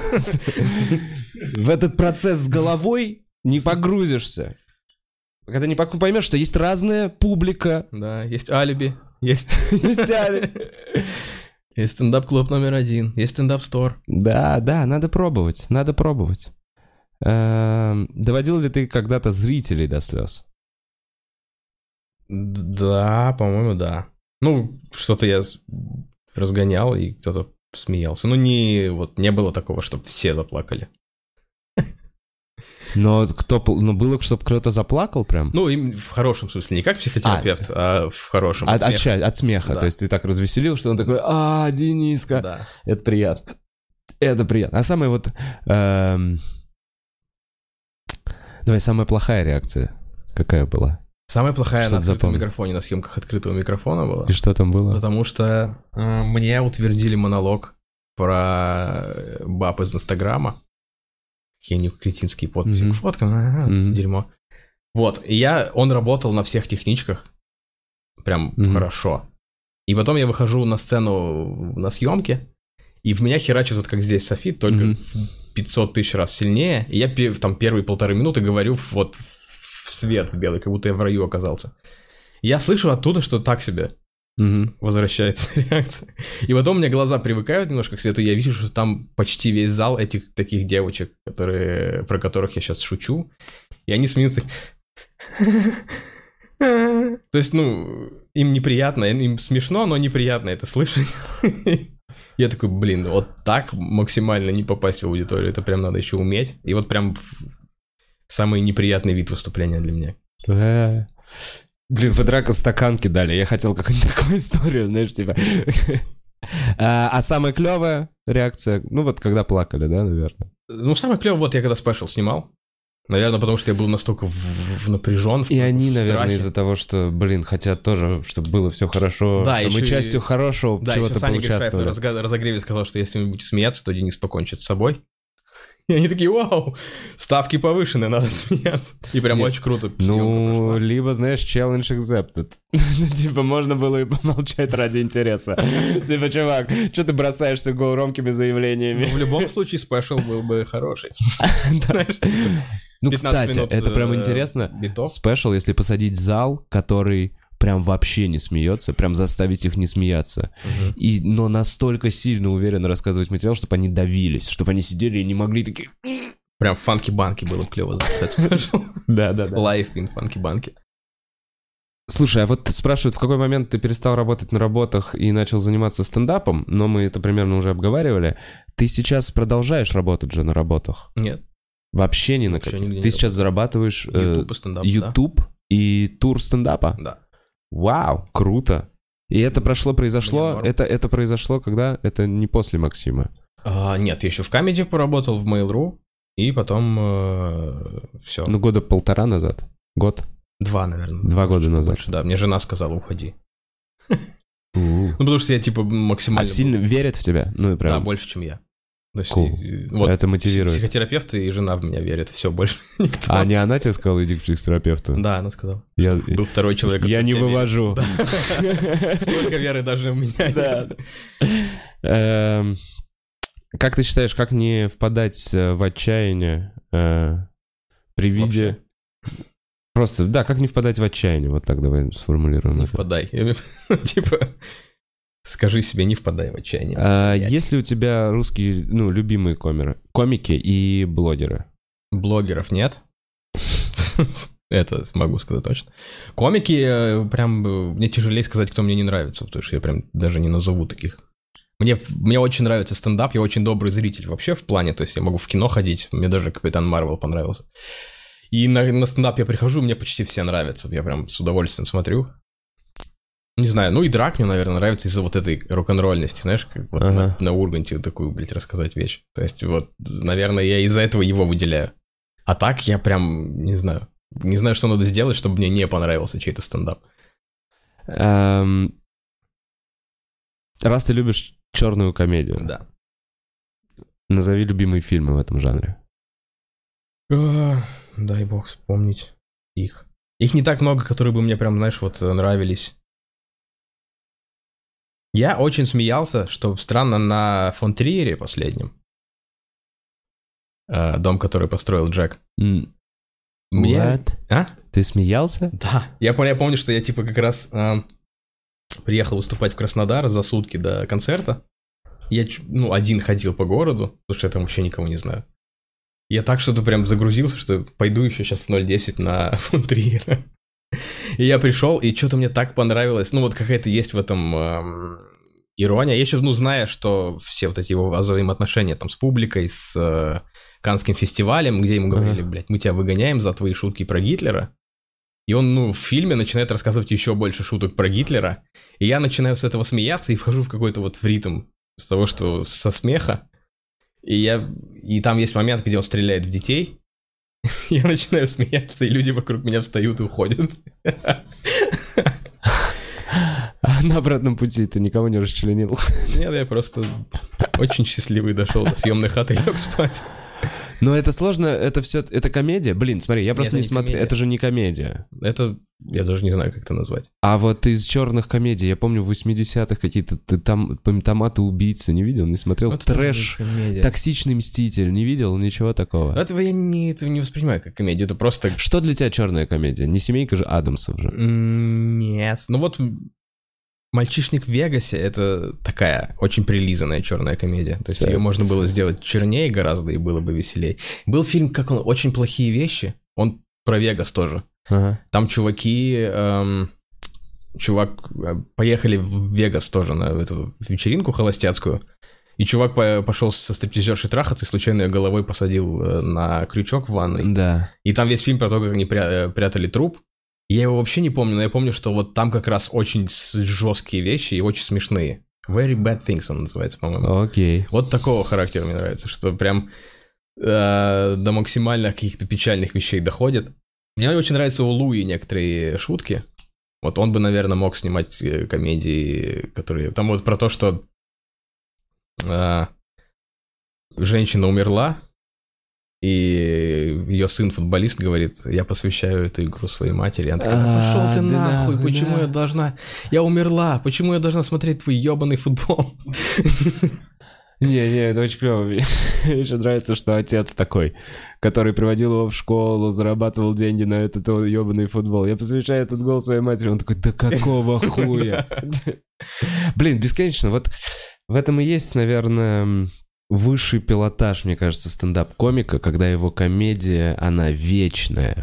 в этот процесс с головой, не погрузишься. Когда не поймешь, что есть разная публика. Да, есть алиби, есть алиби. Есть стендап-клуб номер 1, есть стендап-стор. Да, надо пробовать. Доводил ли ты когда-то зрителей до слез? Да, по-моему, да. Ну, что-то я разгонял, и кто-то смеялся. Ну, не было такого, чтобы все заплакали. Но было, чтобы кто-то заплакал прям? Ну, в хорошем смысле, не как психотерапевт, а в хорошем. От смеха, да. То есть ты так развеселил, что он такой, Дениска, да. Это приятно. А самая давай, самая плохая реакция какая была? Самая плохая на открытом микрофоне, на съемках открытого микрофона была. И что там было? Потому что мне утвердили монолог про баб из Инстаграма. Какие-нибудь кретинские подписи к фоткам, дерьмо. Вот, и он работал на всех техничках, прям хорошо. И потом я выхожу на сцену на съемке, и в меня херачит вот как здесь софит, только 500 тысяч раз сильнее, и я там первые 1,5 минуты говорю вот в свет в белый, как будто я в раю оказался. И я слышу оттуда, что так себе возвращается реакция. И потом у меня глаза привыкают немножко к свету, и я вижу, что там почти весь зал этих таких девочек, про которых я сейчас шучу, и они смеются. То есть, им неприятно, им смешно, но неприятно это слышать. Я такой, вот так максимально не попасть в аудиторию, это прям надо еще уметь. И вот прям самый неприятный вид выступления для меня. Вы драка стаканки дали. Я хотел какую-нибудь такую историю, знаешь, типа. А самая клевая реакция, когда плакали, да, наверное? Самая клевая, вот я когда спешл снимал. Наверное, потому что я был настолько напряжен. И они, наверное, из-за того, что, хотят тоже, чтобы было все хорошо. Да, мы частью хорошего чего-то поучаствовали. Да, Саня разогреве сказал, что если вы будете смеяться, то Денис покончит с собой. И они такие, вау, ставки повышены, надо смеяться. И прям очень круто. Либо, знаешь, challenge accepted. Типа, можно было и помолчать ради интереса. Типа, чувак, что ты бросаешься громкими заявлениями? В любом случае, спешл был бы хороший. Кстати, это прям интересно. Спешл, если посадить зал, который прям вообще не смеется, прям заставить их не смеяться. Но настолько сильно уверенно рассказывать материал, чтобы они давились, чтобы они сидели и не могли такие... Прям в фанки-банке было клево записать спешл. Да. Лайф in фанки-банке. Слушай, а вот спрашивают, в какой момент ты перестал работать на работах и начал заниматься стендапом, но мы это примерно уже обговаривали. Ты сейчас продолжаешь работать же на работах? Нет. Вообще ни на каких? Ты сейчас зарабатываешь YouTube и тур стендапа? Да. Вау, круто. И это произошло, это произошло когда? Это не после Максима? Нет, я еще в Comedy поработал, в Mail.ru, и потом все. 1.5 года назад? Год? 2, наверное. 2 года назад. Больше, да, мне жена сказала, уходи. Потому что я типа максимально... А сильно верят в тебя? Да, больше, чем я. Cool. Это мотивирует. Психотерапевты и жена в меня верят, все, больше никто. А не она тебе сказала, иди к психотерапевту? Да, она сказала. Был второй человек. Я не вывожу. Столько веры даже у меня. Как ты считаешь, как не впадать в отчаяние при виде... Просто, да, как не впадать в отчаяние? Вот так давай сформулируем. Не впадай. Типа... Скажи себе, не впадай в отчаяние. Есть ли у тебя русские, любимые комики и блогеры? Блогеров нет. Это могу сказать точно. Комики, прям, мне тяжелее сказать, кто мне не нравится, потому что я прям даже не назову таких. Мне очень нравится стендап, я очень добрый зритель вообще в плане, то есть я могу в кино ходить, мне даже Капитан Марвел понравился. И на стендап я прихожу, мне почти все нравятся, я прям с удовольствием смотрю. Не знаю, и драк мне, наверное, нравится из-за вот этой рок-н-ролльности, знаешь, как вот на Урганте такую, рассказать вещь. То есть вот, наверное, я из-за этого его выделяю. А так я прям, не знаю, что надо сделать, чтобы мне не понравился чей-то стендап. Раз ты любишь черную комедию, да. Назови любимые фильмы в этом жанре. Дай бог вспомнить их. Их не так много, которые бы мне прям, знаешь, вот нравились. Я очень смеялся, что странно, на фон Триере последнем. Дом, который построил Джек. What? Ты смеялся? Да. Я помню, что я типа как раз приехал выступать в Краснодар за сутки до концерта. Я один ходил по городу, потому что я там вообще никого не знаю. Я так что-то прям загрузился, что пойду еще сейчас в 0:10 на фон Триера. И я пришел, и что-то мне так понравилось. Ну вот какая-то есть в этом ирония. Я еще, зная, что все вот эти его взаимоотношения там с публикой, с Каннским фестивалем, где ему говорили, блядь, мы тебя выгоняем за твои шутки про Гитлера. И он, в фильме начинает рассказывать еще больше шуток про Гитлера. И я начинаю с этого смеяться и вхожу в какой-то вот в ритм с того, что со смеха. И там есть момент, где он стреляет в детей. Я начинаю смеяться, и люди вокруг меня встают и уходят. А на обратном пути ты никого не расчленил? Нет, я просто очень счастливый дошел до съемной хаты и лег спать. Но это сложно, это комедия? Блин, смотри, я просто не смотрю, это же не комедия. Это, я даже не знаю, как это назвать. А вот из черных комедий, я помню, в 80-х какие-то, ты там, «Томаты-убийцы» не видел, не смотрел? Вот Трэш, «Токсичный мститель», не видел? Ничего такого? Этого я не воспринимаю как комедию, это просто... Что для тебя черная комедия? Не «Семейка» же Адамсов же. Нет, ну вот... «Мальчишник в Вегасе» — это такая очень прилизанная черная комедия. То есть ее можно было сделать чернее гораздо, и было бы веселее. Был фильм, как он, «Очень плохие вещи». Он про Вегас тоже. Ага. Там поехали в Вегас тоже на эту вечеринку холостяцкую. И чувак пошел со стриптизершей трахаться и случайно ее головой посадил на крючок в ванной. Да. И там весь фильм про то, как они прятали труп. Я его вообще не помню, но я помню, что вот там как раз очень жесткие вещи и очень смешные. Very Bad Things он называется, по-моему. Окей. Вот такого характера мне нравится, что прям до максимально каких-то печальных вещей доходит. Мне очень нравятся у Луи некоторые шутки. Вот он бы, наверное, мог снимать комедии, которые... Там вот про то, что женщина умерла, и ее сын футболист говорит: я посвящаю эту игру своей матери. Она такая: пошел ты нахуй, почему я должна... Я умерла, почему я должна смотреть твой ебаный футбол? Не, это очень клево. Мне еще нравится, что отец такой, который приводил его в школу, зарабатывал деньги на этот ебаный футбол. Я посвящаю этот гол своей матери. Он такой: да какого хуя? Блин, бесконечно. Вот в этом и есть, наверное... высший пилотаж, мне кажется, стендап-комика, когда его комедия, она вечная,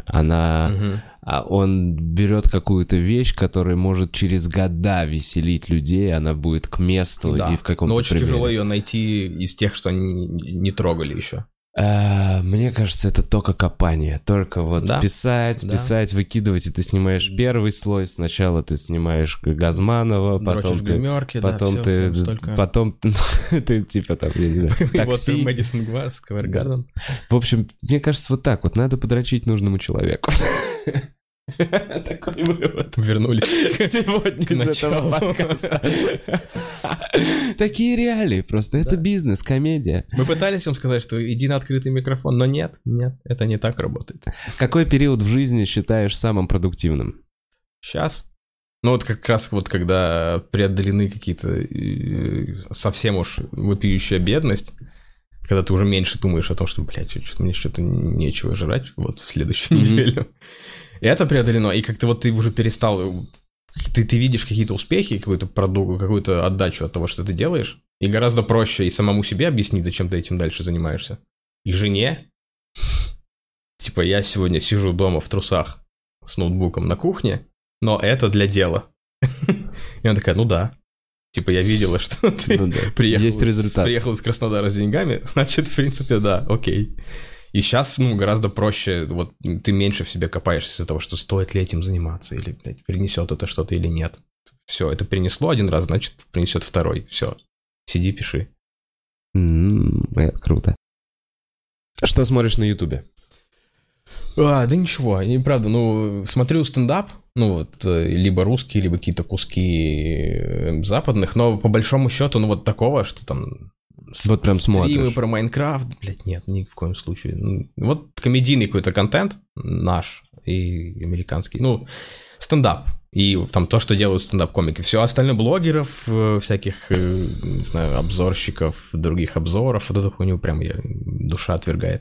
он берет какую-то вещь, которая может через года веселить людей, она будет к месту и в каком-то но очень примере. Тяжело ее найти из тех, что они не трогали еще. Мне кажется, это только копание, только вот писать, выкидывать, и ты снимаешь первый слой, сначала ты снимаешь Газманова, потом ты типа там, я не знаю, такси. Вот Мэдисон Сквер Гарден. В общем, мне кажется, вот так вот, надо подрочить нужному человеку. Такой вывод. Вернулись сегодня из этого подкаста. Такие реалии просто. Это бизнес, комедия. Мы пытались вам сказать, что иди на открытый микрофон, но нет, это не так работает. Какой период в жизни считаешь самым продуктивным? Сейчас. Ну вот как раз вот когда преодолены какие-то совсем уж вопиющая бедность, когда ты уже меньше думаешь о том, что, блядь, мне что-то нечего жрать вот в следующую неделю. И это преодолено, и как-то вот ты уже перестал... Ты видишь какие-то успехи, какую-то отдачу от того, что ты делаешь, и гораздо проще и самому себе объяснить, зачем ты этим дальше занимаешься. И жене. Типа, я сегодня сижу дома в трусах с ноутбуком на кухне, но это для дела. И она такая: ну да. Типа, я видела, что ты приехал из Краснодара с деньгами, значит, в принципе, да, окей. И сейчас, гораздо проще, вот ты меньше в себе копаешься из-за того, что стоит ли этим заниматься, или, блядь, принесет это что-то или нет. Все, это принесло один раз, значит, принесет второй. Все, сиди, пиши. Это круто. Что смотришь на Ютубе? Да ничего, правда, смотрю стендап, либо русские, либо какие-то куски западных, но по большому счету, вот такого, что там... Вот прям смотришь. Стримы про Майнкрафт, блядь, нет, ни в коем случае. Вот комедийный какой-то контент наш, и американский, ну, стендап. И там то, что делают стендап-комики. Все остальное блогеров, всяких, не знаю, обзорщиков, других обзоров, вот эту хуйню прям душа отвергает.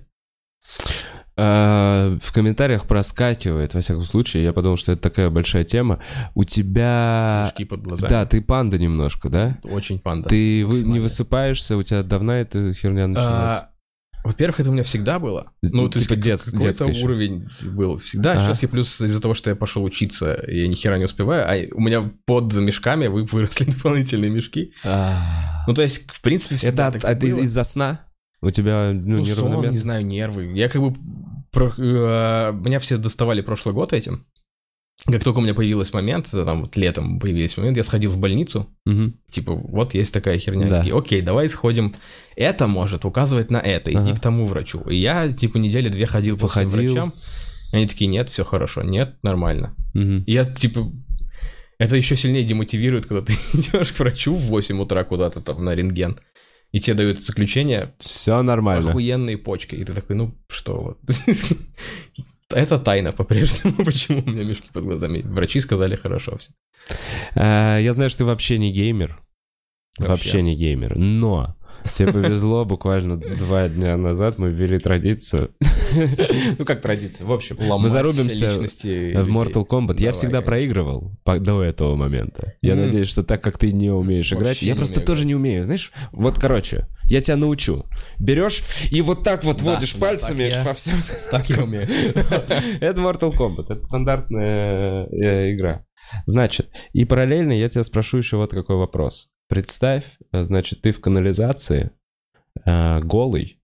В комментариях проскакивает, во всяком случае, я подумал, что это такая большая тема. У тебя... Мешки под глазами. Да, ты панда немножко, да? Очень панда. Ты не высыпаешься, у тебя давно эта херня началась? Во-первых, это у меня всегда было. Ну, то есть какой-то уровень был всегда. Сейчас я плюс из-за того, что я пошел учиться, я ни хера не успеваю, а у меня под мешками выросли дополнительные мешки. Ну, то есть, в принципе, всегда это из-за сна? У тебя неравномерно? Не знаю, нервы. Я как бы... Меня все доставали прошлый год этим. Как только у меня появился момент, там вот летом появился момент, я сходил в больницу, типа, вот есть такая херня. Да. Такие, окей, давай сходим. Это может указывать на это, иди к тому врачу. И я, типа, недели 2 ходил по врачам. Они такие, нет, все хорошо, нет, нормально. И я, типа, это еще сильнее демотивирует, когда ты идешь к врачу в 8 утра куда-то там на рентген, и тебе дают заключение. Все нормально. Охуенные почки. И ты такой, ну, что вот. Это тайна по-прежнему, почему у меня мешки под глазами. Врачи сказали хорошо все. Я знаю, что ты вообще не геймер. Вообще не геймер. Но тебе повезло, буквально 2 дня назад мы ввели традицию. Ну, как традицию? В общем, мы зарубимся в Mortal Kombat. Я всегда проигрывал до этого момента. Я надеюсь, что так как ты не умеешь играть... Я просто тоже не умею. Знаешь, вот, короче, я тебя научу. Берешь и вот так вот водишь пальцами по всем... Так я умею. Это Mortal Kombat. Это стандартная игра. Значит, и параллельно я тебя спрошу еще вот какой вопрос. Представь, значит, ты в канализации, голый,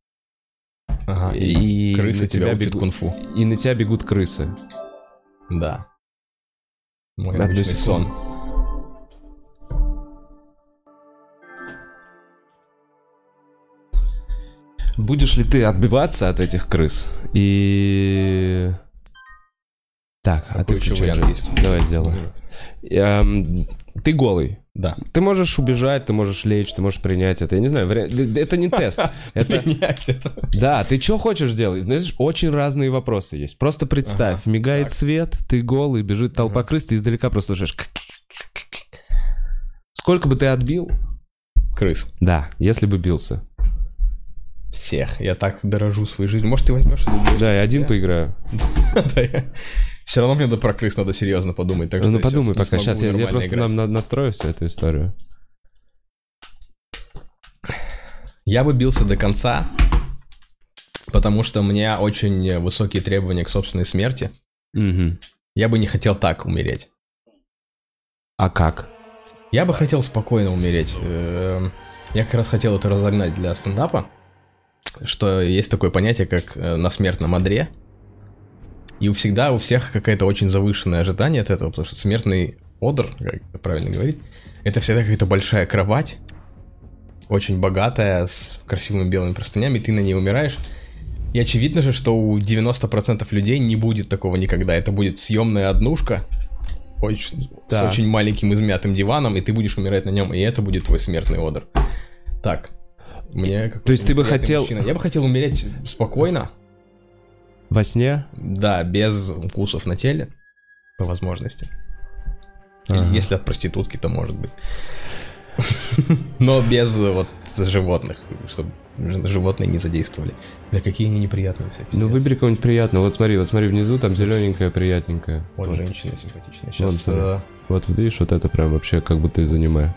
и крысы тебя учат кунг-фу. И на тебя бегут крысы. Да. Мой обычный сон. Будешь ли ты отбиваться от этих крыс? И... Так, а ты включай. Давай сделаем. Ты голый. Да. Ты можешь убежать, ты можешь лечь, ты можешь принять это. Я не знаю, это не тест. Принять это. Да, ты что хочешь делать? Знаешь, очень разные вопросы есть. Просто представь, мигает свет, ты голый, бежит толпа крыс, ты издалека просто слышишь. Сколько бы ты отбил? Крыс. Да, если бы бился. Всех. Я так дорожу своей жизнью. Может, ты возьмешь? Да, я один поиграю. Все равно мне про крыс надо серьезно подумать. Ну, подумай пока. Сейчас я просто настрою всю эту историю. Я бы бился до конца, потому что у меня очень высокие требования к собственной смерти. Я бы не хотел так умереть. А как? Я бы хотел спокойно умереть. Я как раз хотел это разогнать для стендапа, что есть такое понятие, как на смертном одре. И у всех какое-то очень завышенное ожидание от этого, потому что смертный одр, как это правильно говорить, это всегда какая-то большая кровать, очень богатая, с красивыми белыми простынями, ты на ней умираешь. И очевидно же, что у 90% людей не будет такого никогда. Это будет съемная однушка с очень маленьким измятым диваном, и ты будешь умирать на нем, и это будет твой смертный одр. Так, То есть ты бы хотел... Я бы хотел умереть спокойно. Во сне? Да, без укусов на теле, по возможности. Если от проститутки, то может быть. Но без вот животных, чтобы животные не задействовали. Бля, какие они неприятные всякие. Ну выбери кого-нибудь приятного. Вот смотри внизу, там зелененькая, приятненькая. Вот женщина симпатичная. Сейчас... Вот видишь, вот это прям вообще как будто из аниме.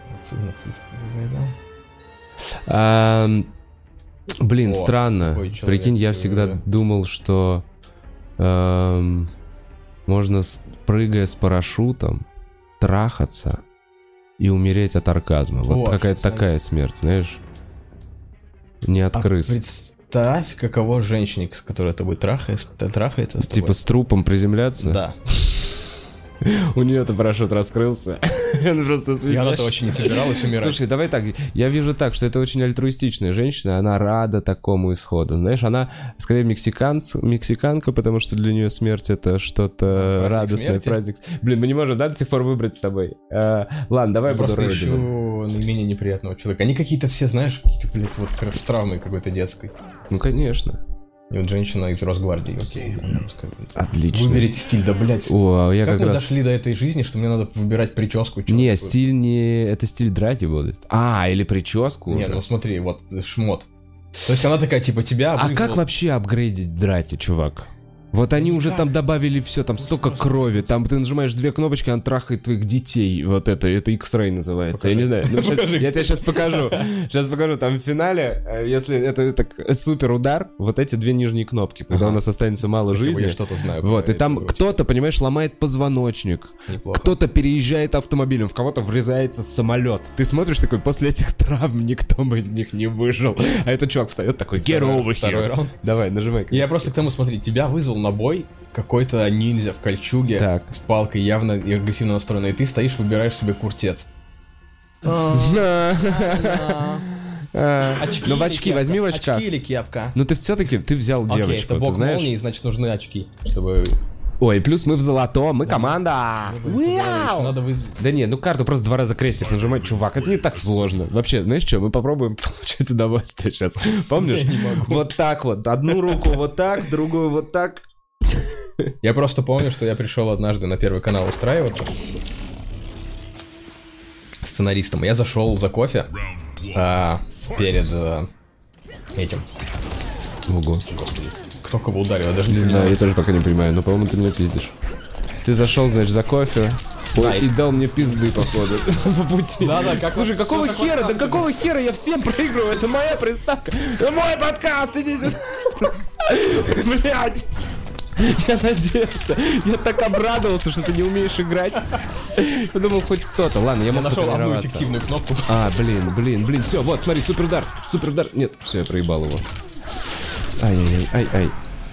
Блин, странно. Прикинь, я всегда думал, что можно, прыгая с парашютом, трахаться и умереть от оргазма. Вот какая-то такая смерть, знаешь? Не от крыс. Представь, каково женщине, с которой тобой трахается. Типа с трупом приземляться? Да. У нее-то парашют раскрылся. Я на то очень не собиралась умирать. Слушай, давай так, я вижу так, что это очень альтруистичная женщина, она рада такому исходу. Знаешь, она скорее мексиканка, потому что для нее смерть это что-то радостное, праздник. Блин, мы не можем, да, до сих пор выбрать с тобой. Ладно, давай буду Просто ищу наименее неприятного человека. Они какие-то все, знаешь, какие-то, блядь, вот с травмой какой-то детской. Ну, конечно. И вот женщина из Росгвардии. Окей. Отлично. Выберите стиль, да, блядь. О, я как как мы раз... дошли до этой жизни, что мне надо выбирать прическу? Не, стиль не... Это стиль драки будет. Или прическу. Не, уже. ну смотри, вот шмот. То есть она такая, типа, тебя... А как вообще апгрейдить драки, чувак? Вот они уже там добавили все, там столько крови, там ты нажимаешь 2 кнопочки, он трахает твоих детей. Вот это X-Ray называется. Я не знаю. Я тебе сейчас покажу. Сейчас покажу. Там в финале, если это супер удар, вот эти 2 нижние кнопки, когда у нас останется мало жизни. Я что-то знаю. Вот, и там кто-то, понимаешь, ломает позвоночник. Кто-то переезжает автомобилем, в кого-то врезается самолет. Ты смотришь такой, после этих травм никто бы из них не выжил. А этот чувак встает такой, get over here. Второй раунд. Давай, нажимай. Я просто к тому, смотри, тебя вызвал на бой какой-то ниндзя в кольчуге с палкой, явно и агрессивно настроенный, и ты стоишь, выбираешь себе куртец. Ну в очки, возьми в очках. Очки или кепка? Ну ты все-таки, ты взял девочку, окей, это бог молнии, значит нужны очки, чтобы... Ой, плюс мы в золотом, мы команда! Надо вызвать. Да не, ну карту просто 2 раза крестик нажимать, чувак, это не так сложно. Вообще, знаешь что, мы попробуем получать удовольствие сейчас. Помнишь? Я не могу. Вот так вот, одну руку вот так, другую вот так. Я просто помню, что я пришел однажды на Первый канал устраиваться сценаристом. Я зашел за кофе перед этим. Ого. Кто кого ударил, я даже не знаю, понимаю. я тоже пока не понимаю, но, по-моему, ты меня пиздишь. Ты зашел, значит, за кофе. Да, и дал мне пизды, походу, по пути. Да, как... Слушай, какого хера? Да какого хера я всем проигрываю? Это моя приставка. Это мой подкаст, иди сюда. Блядь. Я надеялся. Я так обрадовался, что ты не умеешь играть. Подумал, хоть кто-то. Ладно, я могу нашел одну эффективную кнопку. Блин. Все, вот, смотри, супер удар. Нет, все, я проебал его. Ай.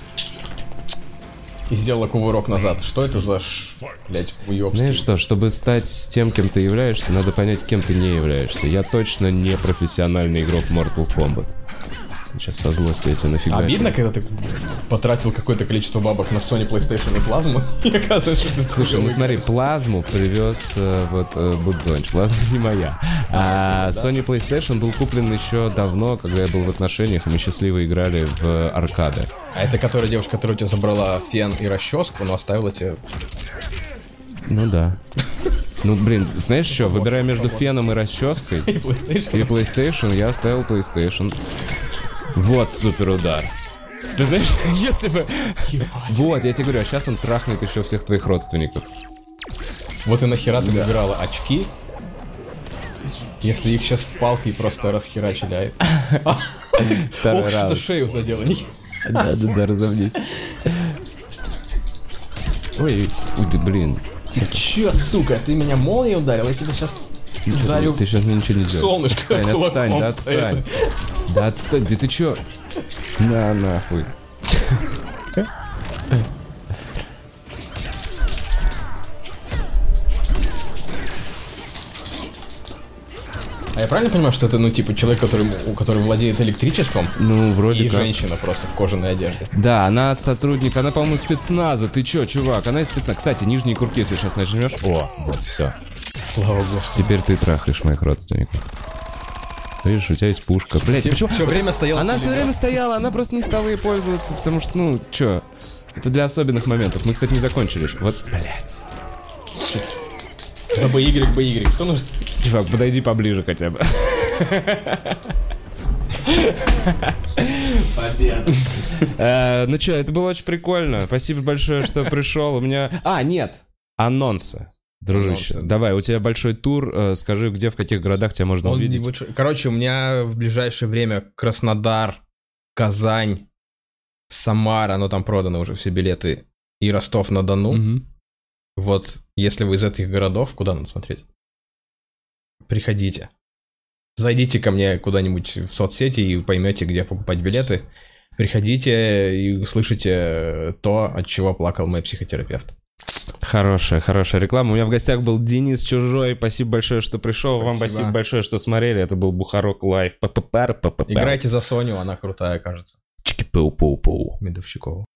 И сделала кувырок назад. Что это за блять, уёбский? Знаешь что, чтобы стать тем, кем ты являешься, надо понять, кем ты не являешься. Я точно не профессиональный игрок Mortal Kombat. Сейчас со злости эти нафига. Обидно, когда ты потратил какое-то количество бабок на Sony PlayStation и плазму, и оказывается, что ты... Слушай, ну смотри, плазму привез Будзонч. Плазма не моя. Sony PlayStation был куплен еще давно, когда я был в отношениях, и мы счастливо играли в аркады. А это которая девушка, которая у тебя забрала фен и расческу, но оставила тебе... Ну да. Ну, блин, знаешь что, выбирая между феном и расческой и PlayStation, я оставил PlayStation. Вот супер удар. Ты знаешь, если бы... Вот, я тебе говорю, а сейчас он трахнет еще всех твоих родственников. Вот и нахера ты выбирала очки, если их сейчас палкой просто расхерачили. Ох, что шею задела. Да, разомнись. Ой, блин. Ты чё, сука, ты меня молнией ударил? Я тебя сейчас ударю. Ты сейчас мне ничего не делаешь. Солнышко кулаком. Да отстань, ты чё? На нахуй. А я правильно понимаю, что это, ну, типа, человек, который владеет электричеством? Ну, вроде как. И женщина просто в кожаной одежде. Да, она сотрудник, она, по-моему, спецназа. Ты чё, чувак? Она из спецназа. Кстати, нижние курки, если сейчас нажмешь. О, вот, все. Слава богу. Теперь ты трахаешь моих родственников. Видишь, у тебя есть пушка. Блять, почему все время стояла? Она все время стояла, она просто не стала ей пользоваться, потому что, ну, чё? Это для особенных моментов. Мы, кстати, не закончили. Вот, блять. БY. Кто нужен? Чувак, подойди поближе хотя бы. Победа. Ну чё, это было очень прикольно. Спасибо большое, что пришел. У меня... нет. Анонсы. Дружище, давай, у тебя большой тур, скажи, где, в каких городах тебя можно увидеть. Короче, у меня в ближайшее время Краснодар, Казань, Самара, но там проданы уже все билеты, и Ростов-на-Дону. Угу. Вот, если вы из этих городов, куда надо смотреть? Приходите. Зайдите ко мне куда-нибудь в соцсети и поймете, где покупать билеты. Приходите и услышите то, от чего плакал мой психотерапевт. Хорошая реклама. У меня в гостях был Денис Чужой. Спасибо большое, что пришел. Спасибо. Вам спасибо большое, что смотрели. Это был Бухарок Лайв. Играйте за Соню, она крутая, кажется. Чики-пау-пау-пау. Медовщикова.